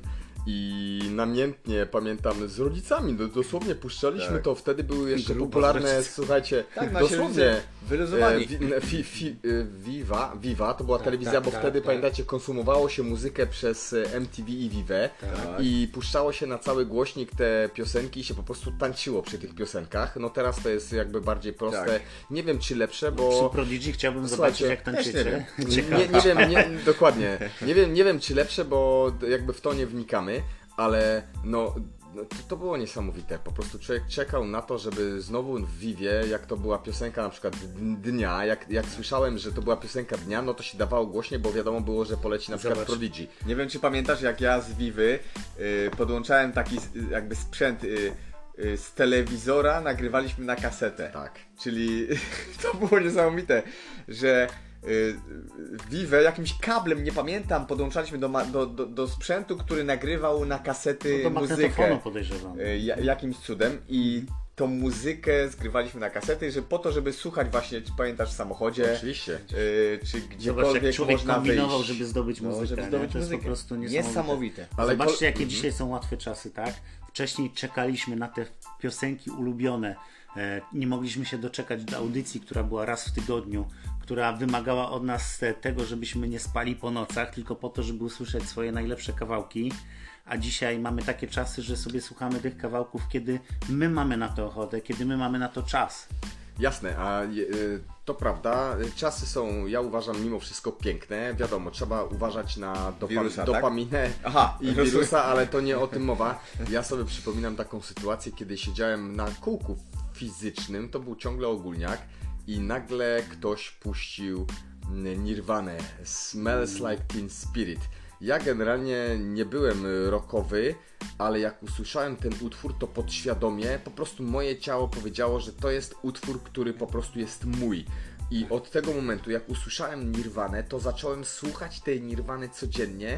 i namiętnie pamiętam z rodzicami, do, dosłownie puszczaliśmy Tak. to, wtedy były jeszcze Grubo popularne, rodzice. słuchajcie, Tak, nasi dosłownie rodzice wyluzowani. e, wi, ne- fi, fi, e, Viva, Viva, to była telewizja, tak, bo tak, wtedy tak. pamiętacie, konsumowało się muzykę przez e, M T V i Vive Tak. i puszczało się na cały głośnik te piosenki i się po prostu tańczyło przy tych piosenkach. No teraz to jest jakby bardziej proste, Tak. nie wiem czy lepsze, Przy bo... Prodigy chciałbym Słuchajcie, zobaczyć, jak też nie tańczycie. wiem. Ciekawe. Nie, nie wiem, nie, dokładnie. Nie wiem, nie wiem czy lepsze, bo jakby w to nie wnikamy, ale no, no to, to było niesamowite. Po prostu człowiek czekał na to, żeby znowu w Vivie, jak to była piosenka na przykład dnia, jak, jak słyszałem, że to była piosenka dnia, no to się dawało głośniej, bo wiadomo było, że poleci na przykład Zobacz. Prodigy. Nie wiem, czy pamiętasz, jak ja z Vivy y, podłączałem taki y, jakby sprzęt y, y, z telewizora, nagrywaliśmy na kasetę. Tak. Czyli to było niesamowite, że y, Vivę jakimś kablem, nie pamiętam, podłączaliśmy do, ma- do, do, do sprzętu, który nagrywał na kasety Do muzykę. magnetofonu podejrzewam. Y, ja, jakimś cudem i tą muzykę zgrywaliśmy na kasety, że po to, żeby słuchać właśnie, czy pamiętasz, w samochodzie, Oczywiście. y, czy Zobacz, gdziekolwiek jak człowiek można kombinował, wyjść. żeby zdobyć No, muzykę. żeby nie? zdobyć To jest muzykę. po prostu niesamowite. Niesamowite. Ale Zobaczcie, kol- jakie dzisiaj są łatwe czasy, tak? Wcześniej czekaliśmy na te piosenki ulubione. E, Nie mogliśmy się doczekać do audycji, która była raz w tygodniu, która wymagała od nas e, tego, żebyśmy nie spali po nocach, tylko po to, żeby usłyszeć swoje najlepsze kawałki. A dzisiaj mamy takie czasy, że sobie słuchamy tych kawałków, kiedy my mamy na to ochotę, kiedy my mamy na to czas. Jasne, a je- y, to prawda, czasy są, ja uważam, mimo wszystko piękne. Wiadomo, trzeba uważać na dopa- Wirusa, tak? dopaminę Aha, i wirusa, ale to nie o tym mowa. Ja sobie przypominam taką sytuację, kiedy siedziałem na kółku fizycznym, to był ciągle ogólniak i nagle ktoś puścił mm, Nirvanę, Smells Like Teen Spirit. Ja generalnie nie byłem rockowy, ale jak usłyszałem ten utwór, to podświadomie po prostu moje ciało powiedziało, że to jest utwór, który po prostu jest mój. I od tego momentu, jak usłyszałem Nirvanę, to zacząłem słuchać tej Nirwany codziennie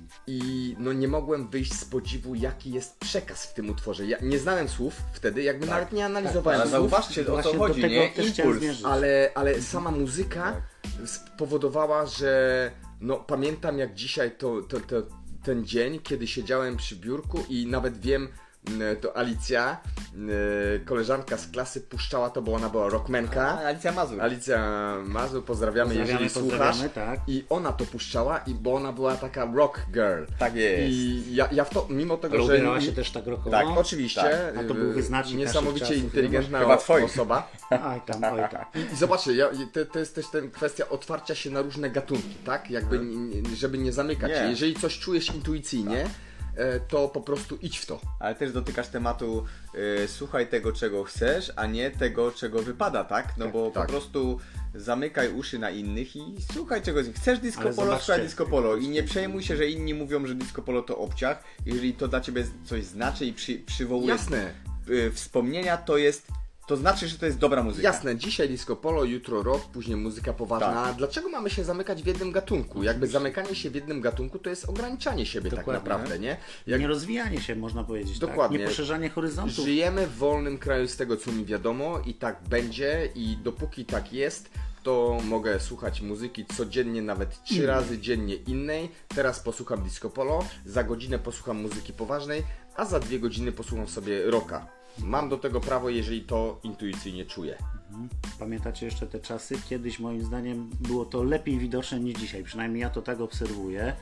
i no nie mogłem wyjść z podziwu, jaki jest przekaz w tym utworze. Ja nie znałem słów wtedy, jakby nawet nie analizowałem Ale słów. zauważcie, o co Właśnie do chodzi, tego nie? też chciałem Impuls. zmierzyć. Ale, ale sama muzyka Tak. spowodowała, że no pamiętam jak dzisiaj to, to, to, ten dzień, kiedy siedziałem przy biurku i nawet wiem, m, to Alicja, m, koleżanka z klasy puszczała to, bo ona była rockmanka. A, Alicja Mazur. Alicja Mazu, pozdrawiamy, Pozdrawiamy, jeżeli słuchasz. pozdrawiamy, tak. I ona to puszczała, i bo ona była taka rock girl. Tak jest. I ja, ja w to, mimo tego, Ale że... ubierała się też tak rockowo? Tak, Oczywiście. Tak. A to był wyznacznik Niesamowicie naszych czasów, inteligentna Chyba o- twoich. osoba. Oj tam, oj tam. I zobaczcie, ja, to, to jest też ten kwestia otwarcia się na różne gatunki, tak? Jakby, Tak. nie- nie- żeby nie zamykać się. Nie. Jeżeli coś czujesz intuicyjnie, e, to po prostu idź w to. Ale też dotykasz tematu y, słuchaj tego, czego chcesz, a nie tego, czego wypada, tak? No bo tak. po prostu zamykaj uszy na innych i słuchaj czego chcesz. Disco Ale polo, zobaczcie. słuchaj disco polo i nie przejmuj się, że inni mówią, że disco polo to obciach. Jeżeli to dla ciebie coś znaczy i przy, przywołuje Jasne, y, wspomnienia, to jest, to znaczy, że to jest dobra muzyka. jasne. Dzisiaj disco polo, jutro rock, później muzyka poważna. Tak. Dlaczego mamy się zamykać w jednym gatunku? Jakby zamykanie się w jednym gatunku to jest ograniczanie siebie Dokładnie. tak naprawdę, nie? Jak Nie rozwijanie się, można powiedzieć. Dokładnie. Tak? Nie poszerzanie horyzontów. żyjemy w wolnym kraju z tego, co mi wiadomo, i tak będzie, i dopóki tak jest, to mogę słuchać muzyki codziennie, nawet trzy razy dziennie innej. Teraz posłucham disco polo, za godzinę posłucham muzyki poważnej, a za dwie godziny posłucham sobie rocka. Mam do tego prawo, jeżeli to intuicyjnie czuję. Pamiętacie jeszcze te czasy? Kiedyś moim zdaniem było to lepiej widoczne niż dzisiaj. Przynajmniej ja to tak obserwuję,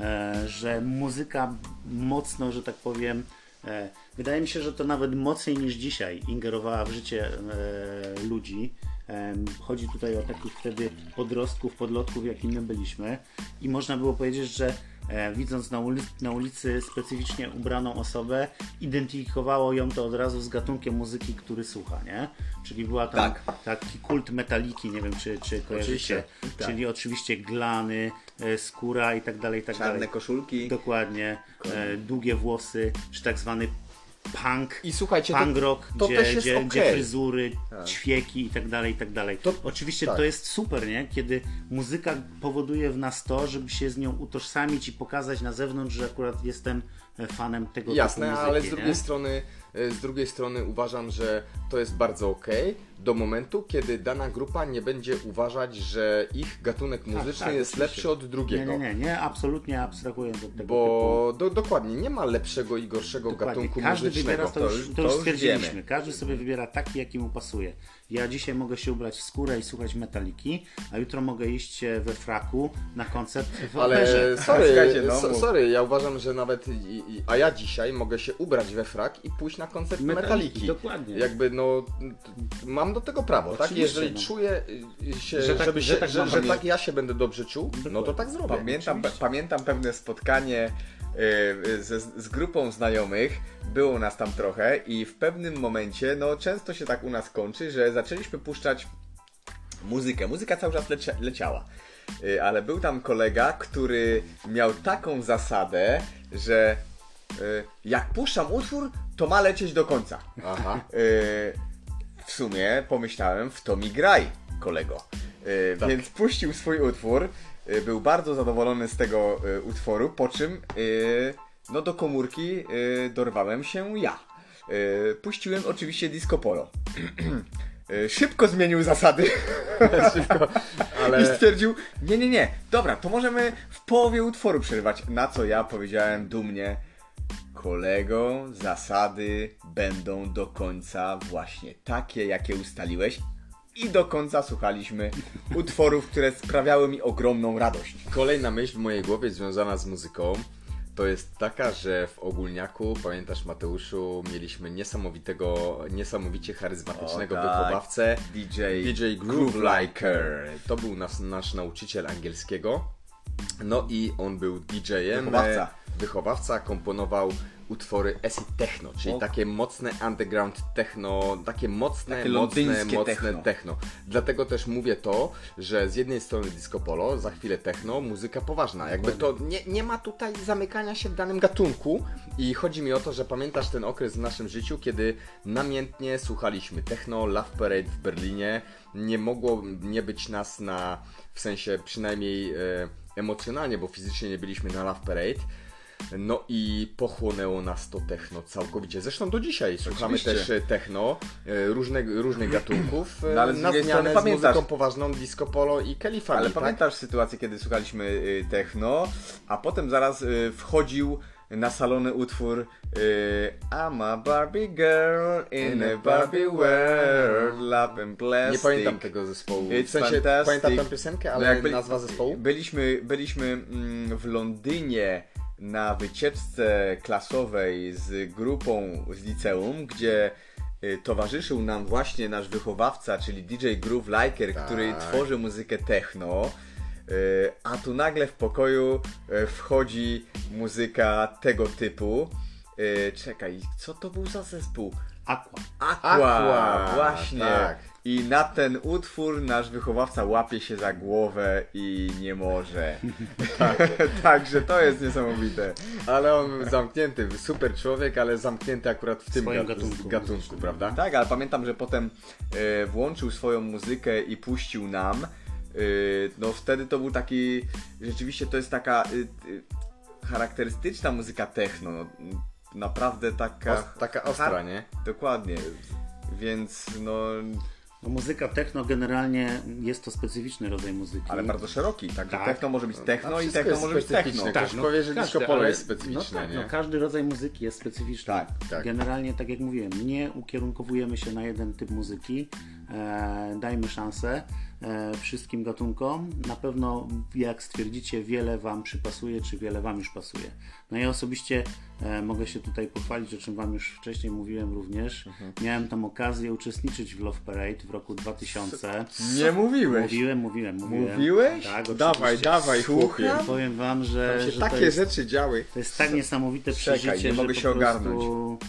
e, że muzyka mocno, że tak powiem, e, wydaje mi się, że to nawet mocniej niż dzisiaj ingerowała w życie e, ludzi. E, chodzi tutaj o takich wtedy podrostków, podlotków, jakimi my byliśmy. I można było powiedzieć, że E, widząc na, ulicy, na ulicy specyficznie ubraną osobę, identyfikowało ją to od razu z gatunkiem muzyki, który słucha, nie? Czyli była tam Tak. taki kult metaliki, nie wiem czy, czy kojarzycie, Oczywiście. czyli Tak. oczywiście glany, e, skóra i tak dalej, i tak Czarne dalej. koszulki. Dokładnie, e, długie włosy, czy tak zwany punk, I słuchajcie, to- punk rock, to gdzie, też jest gdzie, okej. gdzie fryzury, ćwieki i tak dalej, i tak dalej. To- Oczywiście tak. to jest super, nie? Kiedy muzyka powoduje w nas to, żeby się z nią utożsamić i pokazać na zewnątrz, że akurat jestem fanem tego Jasne, typu muzyki, ale z nie? drugiej strony z drugiej strony uważam, że to jest bardzo okej do momentu, kiedy dana grupa nie będzie uważać, że ich gatunek muzyczny tak, jest oczywiście. lepszy od Nie, drugiego. nie, nie, nie, absolutnie abstrahując od tego Bo do, dokładnie, nie ma lepszego i gorszego typu. Dokładnie. gatunku Każdy muzycznego. wybiera, to już, to to już już stwierdziliśmy, wiemy. każdy sobie wybiera taki, jaki mu pasuje. Ja dzisiaj mogę się ubrać w skórę i słuchać metaliki, a jutro mogę iść we fraku na koncert w operze. Ale sorry, Słuchajcie, no, so, mów. sorry, ja uważam, że nawet, i, i, a ja dzisiaj mogę się ubrać we frak i pójść na koncert Metaliki, Metaliki. dokładnie. Jakby no, t- mam do tego prawo, tak? Oczywiście, Jeżeli no. czuję y, się, Że tak- żeby że się, tak że, mam że mieć. tak ja się będę dobrze czuł, no to tak zrobię. Pamiętam, oczywiście. pamiętam pewne spotkanie y, ze, z grupą znajomych, było nas tam trochę i w pewnym momencie, no często się tak u nas kończy, że zaczęliśmy puszczać muzykę. Muzyka cały czas lecie, leciała. Y, ale był tam kolega, który miał taką zasadę, że y, jak puszczam utwór, to ma lecieć do końca. Aha. Y, w sumie pomyślałem, w to mi graj, kolego. Y, Tak. Więc puścił swój utwór. Y, był bardzo zadowolony z tego y, utworu, po czym y, no do komórki y, dorwałem się ja. Y, puściłem oczywiście Disco Polo. Y, Szybko zmienił zasady Szybko, i ale stwierdził, nie, nie, nie, dobra, to możemy w połowie utworu przerywać. Na co ja powiedziałem dumnie, kolego, zasady będą do końca właśnie takie, jakie ustaliłeś. I do końca słuchaliśmy utworów, które sprawiały mi ogromną radość. kolejna myśl w mojej głowie związana z muzyką to jest taka, że w Ogólniaku, pamiętasz Mateuszu, mieliśmy niesamowitego, niesamowicie charyzmatycznego O, tak. wychowawcę D J, D J Groove Liker. To był nas, nasz nauczyciel angielskiego. No i on był D J-em. Wychowawca. e, Wychowawca, komponował utwory acid techno, czyli O. takie mocne underground techno, takie mocne, Takie mocne, londyńskie mocne techno. techno. Dlatego też mówię to, że z jednej strony disco polo, za chwilę techno, muzyka poważna. Jakby to nie, nie ma tutaj zamykania się w danym gatunku i chodzi mi o to, że pamiętasz ten okres w naszym życiu, kiedy namiętnie słuchaliśmy techno, Love Parade w Berlinie. Nie mogło nie być nas na, w sensie przynajmniej e, emocjonalnie, bo fizycznie nie byliśmy na Love Parade. No i pochłonęło nas to techno całkowicie. Zresztą do dzisiaj słuchamy Oczywiście. też e, techno, e, różne, różnych gatunków, e, No, ale z na drugiej zmianę strony z pamiętasz- muzyką poważną, disco polo i Kelifami, Ale tak? pamiętasz sytuację, kiedy słuchaliśmy y, techno, a potem zaraz y, wchodził na salony utwór y, I'm a Barbie girl in a Barbie world, love and plastic. Nie pamiętam tego zespołu. It's W sensie fantastic. pamiętam tę piosenkę, ale No jak byli- nazwa zespołu? Byliśmy, byliśmy mm, w Londynie na wycieczce klasowej z grupą z liceum, gdzie y, towarzyszył nam właśnie nasz wychowawca, czyli D J Groove Liker, Tak. który tworzy muzykę techno. Y, a tu nagle w pokoju y, wchodzi muzyka tego typu. Y, czekaj, co to był za zespół? Aqua. Aqua, Aqua, właśnie. tak. I na ten utwór nasz wychowawca łapie się za głowę i nie może. Także to jest niesamowite. Ale on był zamknięty, super człowiek, ale zamknięty akurat w tym swoim gat- gatunku gatunku, muzycznym. prawda? Tak, ale pamiętam, że potem e, włączył swoją muzykę i puścił nam. E, no wtedy to był taki, rzeczywiście to jest taka e, e, charakterystyczna muzyka techno. No, naprawdę taka... Os- taka ostra, hard- nie? Dokładnie. Więc no... No, muzyka techno generalnie jest to specyficzny rodzaj muzyki. Ale bardzo szeroki, także Tak. techno może być techno A i wszystko techno jest może być specyficzne. techno. Ktoś powie, że disco polo ale- jest specyficzne, no tak, nie? No, każdy rodzaj muzyki jest specyficzny. Tak, tak. Generalnie, tak jak mówiłem, nie ukierunkowujemy się na jeden typ muzyki. e, dajmy szansę e, wszystkim gatunkom. Na pewno, jak stwierdzicie, wiele Wam przypasuje, czy wiele Wam już pasuje. No ja osobiście e, mogę się tutaj pochwalić, o czym Wam już wcześniej mówiłem również. Mhm. Miałem tam okazję uczestniczyć w Love Parade w roku dwa tysiące. Nie mówiłeś? Mówiłem, mówiłem, mówiłem. Mówiłeś? Tak, dawaj, dawaj, chłopie. Powiem Wam, że, Tam się że takie to jest, rzeczy działy. to jest tak niesamowite Czekaj, przeżycie, nie mogę że się po ogarnąć. prostu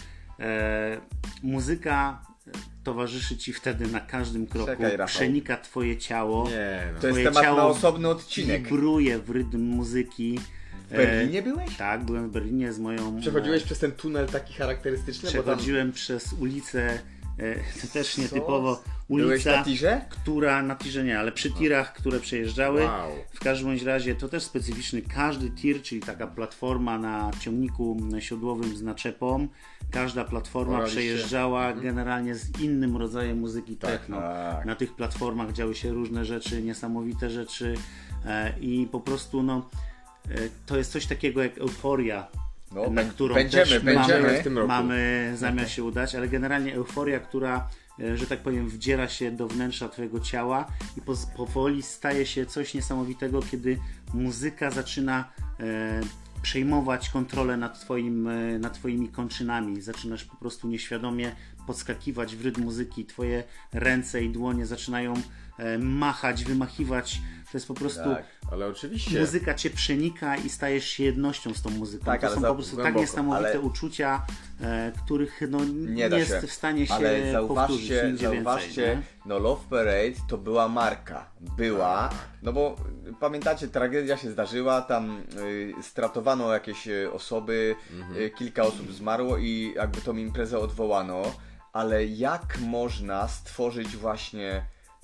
e, muzyka towarzyszy Ci wtedy na każdym kroku, Czekaj, Rafał. przenika Twoje ciało. Nie, no. To jest Twoje temat na ciało osobny odcinek. Wibruje w rytm muzyki. W Berlinie byłeś? Tak, byłem w Berlinie z moją... Przechodziłeś przez ten tunel taki charakterystyczny? Przechodziłem Bo tam... przez ulicę, e, to też Co? nietypowo, Byłeś na ulica, tirze? która, na tirze nie, ale przy tirach, które przejeżdżały. Wow. W każdym bądź razie to też specyficzny, każdy tir, czyli taka platforma na ciągniku siodłowym z naczepą, każda platforma Oraliście. przejeżdżała Mhm. generalnie z innym rodzajem muzyki techno. tak. Na tych platformach działy się różne rzeczy, niesamowite rzeczy e, i po prostu no, e, to jest coś takiego jak euforia. No, Na bę- którą będziemy, też będziemy mamy, w tym roku. mamy zamiar się udać, ale generalnie euforia, która, e, że tak powiem, wdziera się do wnętrza Twojego ciała i po, powoli staje się coś niesamowitego, kiedy muzyka zaczyna e, przejmować kontrolę nad, twoim, e, nad Twoimi kończynami. Zaczynasz po prostu nieświadomie podskakiwać w rytm muzyki, Twoje ręce i dłonie zaczynają e, machać, wymachiwać. To jest po prostu... Tak. Ale oczywiście. Muzyka Cię przenika i stajesz się jednością z tą muzyką. Tak, to ale są za- po prostu tak głęboko, niesamowite ale- uczucia, e, których no, nie, Nie da jest się. w stanie się Ale powtórzyć zauważcie, nigdzie zauważcie, więcej. no Love Parade to była marka. Była, Tak. no bo y, pamiętacie, tragedia się zdarzyła, tam y, stratowano jakieś y, osoby, y, kilka osób zmarło i jakby tą imprezę odwołano, ale jak można stworzyć właśnie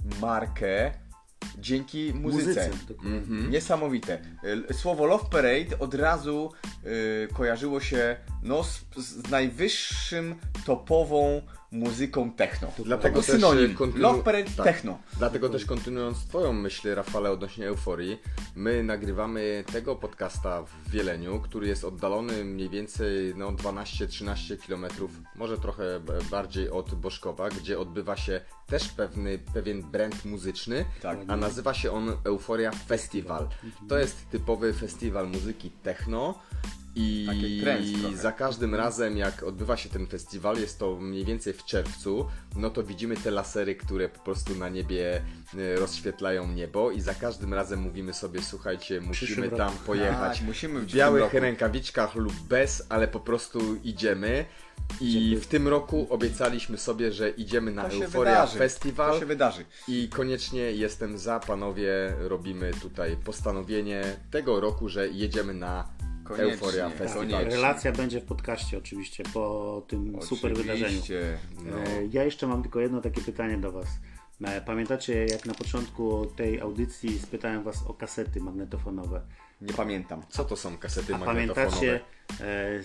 markę dzięki muzyce? Muzyce, dokładnie. Mhm. Niesamowite. Y, Słowo Love Parade od razu y, kojarzyło się no, z, z najwyższym topową muzyką techno. Dlatego To też synonim. kontynu- Love Parade tak. techno. Dlatego też kontynuując Twoją myśl, Rafale, odnośnie euforii, my nagrywamy tego podcasta w Wieleniu, który jest oddalony mniej więcej no, dwanaście trzynaście kilometrów, może trochę b- bardziej od Boszkowa, gdzie odbywa się też pewny, pewien brand muzyczny, Tak. a nazywa się on Euforia Festival. To jest typowy festiwal muzyki techno. I Taki trend trochę. za każdym razem, jak odbywa się ten festiwal, jest to mniej więcej w czerwcu, no to widzimy te lasery, które po prostu na niebie e, rozświetlają niebo i za każdym razem mówimy sobie, słuchajcie, musimy Przyszłym tam roku. pojechać. Tak, musimy w w przyszłym białych roku. rękawiczkach lub bez, ale po prostu idziemy. I w tym roku obiecaliśmy sobie, że idziemy na To się Euforia wydarzy. Festival. To się wydarzy. I koniecznie jestem za, panowie, robimy tutaj postanowienie tego roku, że jedziemy na Koniecznie, Euforia tak, Festival. koniecznie. Relacja będzie w podcaście oczywiście po tym super wydarzeniu. Oczywiście. No. E, Ja jeszcze mam tylko jedno takie pytanie do Was. E, Pamiętacie, jak na poczętku tej audycji spytałem Was o kasety magnetofonowe? Nie pamiętam. Co to są kasety A magnetofonowe? pamiętacie e,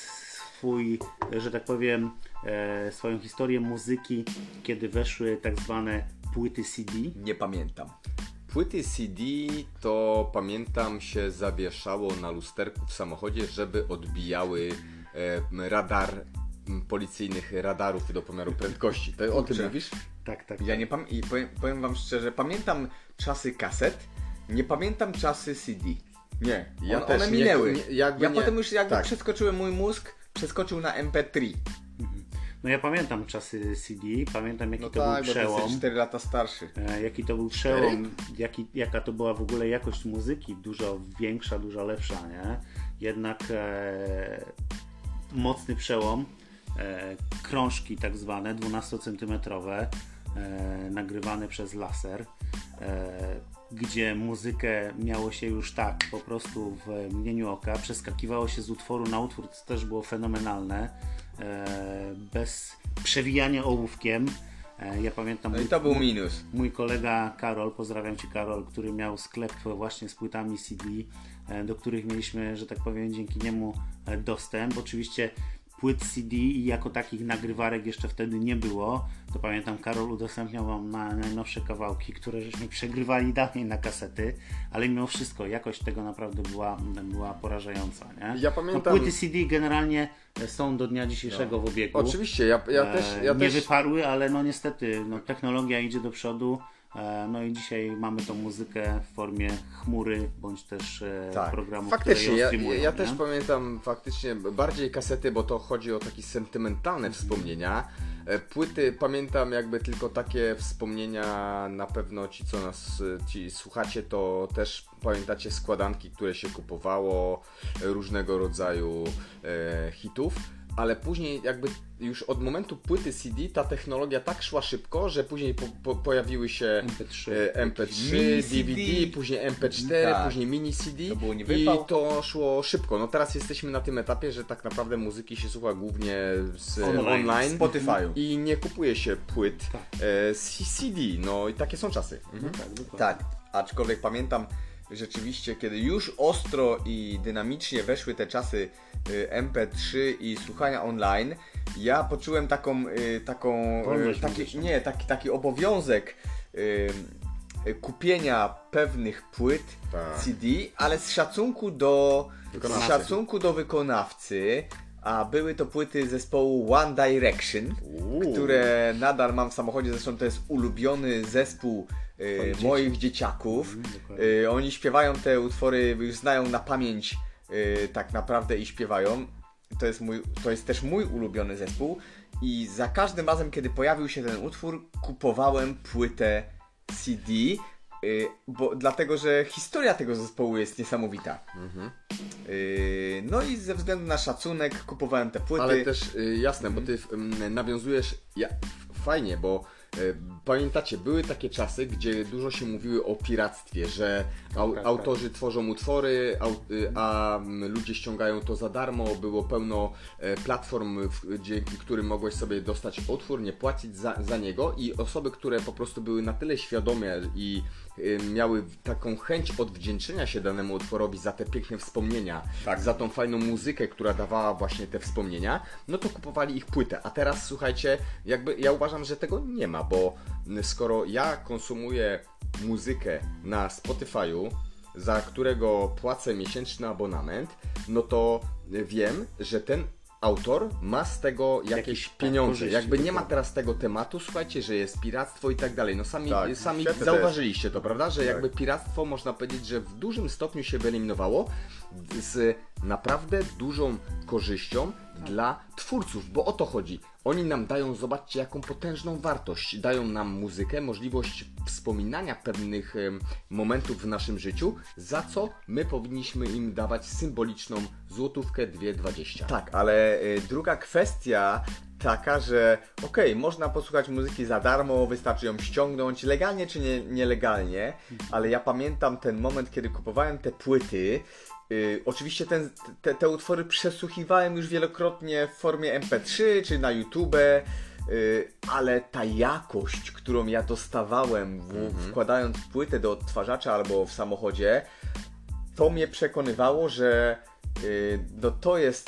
swój, że tak powiem, e, swoją historię muzyki, kiedy weszły tak zwane płyty C D? Nie pamiętam. Płyty C D to pamiętam się zawieszało na lusterku w samochodzie, żeby odbijały e, radar m, policyjnych radarów do pomiaru prędkości. To o tym Kurczę. mówisz? Tak, tak. Ja nie pam- i powiem, powiem wam szczerze, pamiętam czasy kaset, nie pamiętam czasy C D. Nie, Ja one, też one nie- minęły. nie- jakby ja nie- potem już jakby tak. przeskoczyłem, mój mózg przeskoczył na M P trzy. No ja pamiętam czasy C D, pamiętam jaki No to tak, był bo ty przełom. jesteś cztery lata starszy. E, Jaki to był przełom, jaki, jaka to była w ogóle jakość muzyki, dużo większa, dużo lepsza, nie? Jednak e, mocny przełom, e, krążki tak zwane, dwunastocentymetrowe, e, nagrywane przez laser, e, gdzie muzykę miało się już tak, po prostu w mgnieniu oka, przeskakiwało się z utworu na utwór, co też było fenomenalne, e, bez przewijania ołówkiem. E, Ja pamiętam... No i mój- to był mój- minus. Mój kolega Karol, pozdrawiam Cię Karol, który miał sklep właśnie z płytami C D, e, do których mieliśmy, że tak powiem, dzięki niemu e, dostęp. Oczywiście płyt C D i jako takich nagrywarek jeszcze wtedy nie było. To pamiętam, Karol udostępniał wam na najnowsze kawałki, które żeśmy przegrywali dawniej na kasety, ale mimo wszystko jakość tego naprawdę była, była porażająca, nie? Ja pamiętam... No, płyty C D generalnie są do dnia dzisiejszego no. w obiegu. Oczywiście, ja, ja też... Ja nie też... wyparły, ale no niestety no, technologia idzie do przodu. No i dzisiaj mamy tą muzykę w formie chmury, bądź też tak. programów, faktycznie, które ją ja, streamują. ja nie? też pamiętam faktycznie bardziej kasety, bo to chodzi o takie sentymentalne Mhm. wspomnienia. Płyty pamiętam jakby tylko takie wspomnienia, na pewno ci co nas ci słuchacie, to też pamiętacie składanki, które się kupowało, różnego rodzaju e, hitów. Ale później jakby już od momentu płyty C D ta technologia tak szła szybko, że później po, po, pojawiły się M P trzy, M P trzy D V D, później M P cztery, tak. później mini C D to i to szło szybko. No teraz jesteśmy na tym etapie, że tak naprawdę muzyki się słucha głównie z online, online Spotify'u i nie kupuje się płyt tak. e, z C D. No i takie są czasy. Mhm. Tak, dokładnie. tak, aczkolwiek pamiętam rzeczywiście, kiedy już ostro i dynamicznie weszły te czasy M P trzy i słuchania online, ja poczułem taką, taką taki, nie, taki, taki obowiązek y, kupienia pewnych płyt tak. C D, ale z szacunku do wykonawcy. z szacunku do wykonawcy, a były to płyty zespołu One Direction, Uuu. które nadal mam w samochodzie, zresztą to jest ulubiony zespół y, moich dzieciaków. Y, oni śpiewają te utwory, już znają na pamięć y, tak naprawdę i śpiewają. To jest, mój, to jest też mój ulubiony zespół i za każdym razem, kiedy pojawił się ten utwór, kupowałem płytę C D, y, bo, dlatego, że historia tego zespołu jest niesamowita. Mhm. Y, no i ze względu na szacunek kupowałem te płyty. Ale też y, jasne, mhm. bo ty y, nawiązujesz ja, fajnie, bo y, pamiętacie, były takie czasy, gdzie dużo się mówiły o piractwie, że au, tak, autorzy tak. tworzą utwory, au, y, a y, ludzie ściągają to za darmo, było pełno y, platform, w, dzięki którym mogłeś sobie dostać utwór, nie płacić za, za niego i osoby, które po prostu były na tyle świadome i miały taką chęć odwdzięczenia się danemu utworowi za te piękne wspomnienia, tak. za tą fajną muzykę, która dawała właśnie te wspomnienia, no to kupowali ich płytę. A teraz słuchajcie, jakby ja uważam, że tego nie ma, bo skoro ja konsumuję muzykę na Spotify'u, za którego płacę miesięczny abonament, no to wiem, że ten autor ma z tego jakieś Jak, pieniądze. Tak, jakby nie ma teraz tego tematu, słuchajcie, że jest piractwo i tak dalej. No sami, tak, sami zauważyliście to, prawda? Że tak. jakby piractwo można powiedzieć, że w dużym stopniu się wyeliminowało z naprawdę dużą korzyścią tak. dla twórców, bo o to chodzi. Oni nam dają, zobaczcie, jaką potężną wartość. Dają nam muzykę, możliwość wspominania pewnych um, momentów w naszym życiu, za co my powinniśmy im dawać symboliczną złotówkę, dwie, dwadzieścia. Tak, ale y, druga kwestia taka, że okej, okay, można posłuchać muzyki za darmo, wystarczy ją ściągnąć, legalnie czy nie, nielegalnie, ale ja pamiętam ten moment, kiedy kupowałem te płyty. Yy, oczywiście ten, te, te utwory przesłuchiwałem już wielokrotnie w formie M P trzy czy na YouTube, yy, ale ta jakość, którą ja dostawałem w, mm-hmm. wkładając płytę do odtwarzacza albo w samochodzie, to mnie przekonywało, że yy, no to jest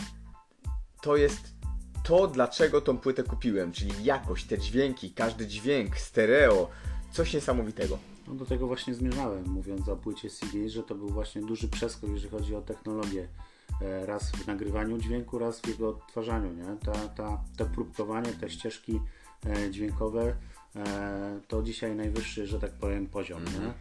to jest to, dlaczego tą płytę kupiłem, czyli jakość, te dźwięki, każdy dźwięk, stereo, coś niesamowitego. No do tego właśnie zmierzałem, mówiąc o płycie C D, że to był właśnie duży przeskok, jeżeli chodzi o technologię. Raz w nagrywaniu dźwięku, raz w jego odtwarzaniu, nie? Ta, ta, to próbkowanie, te ścieżki dźwiękowe to dzisiaj najwyższy, że tak powiem, poziom. Mm-hmm. Nie?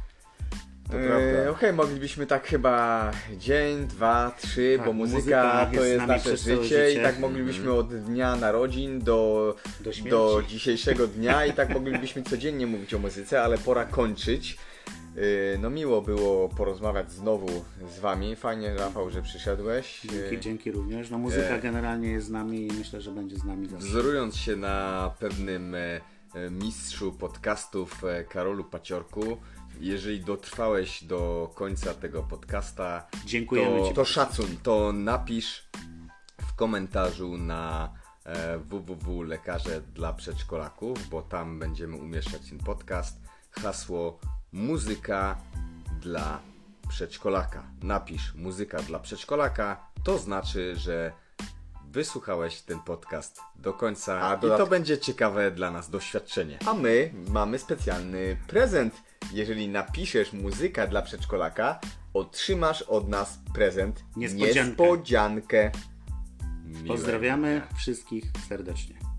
Eee, Okej, okay, moglibyśmy tak chyba dzień, dwa, trzy, tak, bo muzyka, muzyka to jest nasze życie, życie i tak moglibyśmy mm. od dnia narodzin do, do, do dzisiejszego dnia i tak moglibyśmy codziennie mówić o muzyce, ale pora kończyć. Eee, no miło było porozmawiać znowu z Wami. Fajnie, Rafał, że przyszedłeś. Dzięki, eee, dzięki również. No muzyka eee, generalnie jest z nami i myślę, że będzie z nami zawsze. Wzorując się na pewnym e, mistrzu podcastów e, Karolu Paciorku, jeżeli dotrwałeś do końca tego podcasta, dziękujemy to, Ci. To szacun, to napisz w komentarzu na e, w w w lekarze dla przedszkolaków, bo tam będziemy umieszczać ten podcast, hasło muzyka dla przedszkolaka. Napisz muzyka dla przedszkolaka, to znaczy, że wysłuchałeś ten podcast do końca A i dodatk- to będzie ciekawe dla nas doświadczenie. A my mamy specjalny prezent. Jeżeli napiszesz muzyka dla przedszkolaka, otrzymasz od nas prezent. Niespodziankę. Niespodziankę. Miłego Pozdrawiamy dnia. wszystkich serdecznie.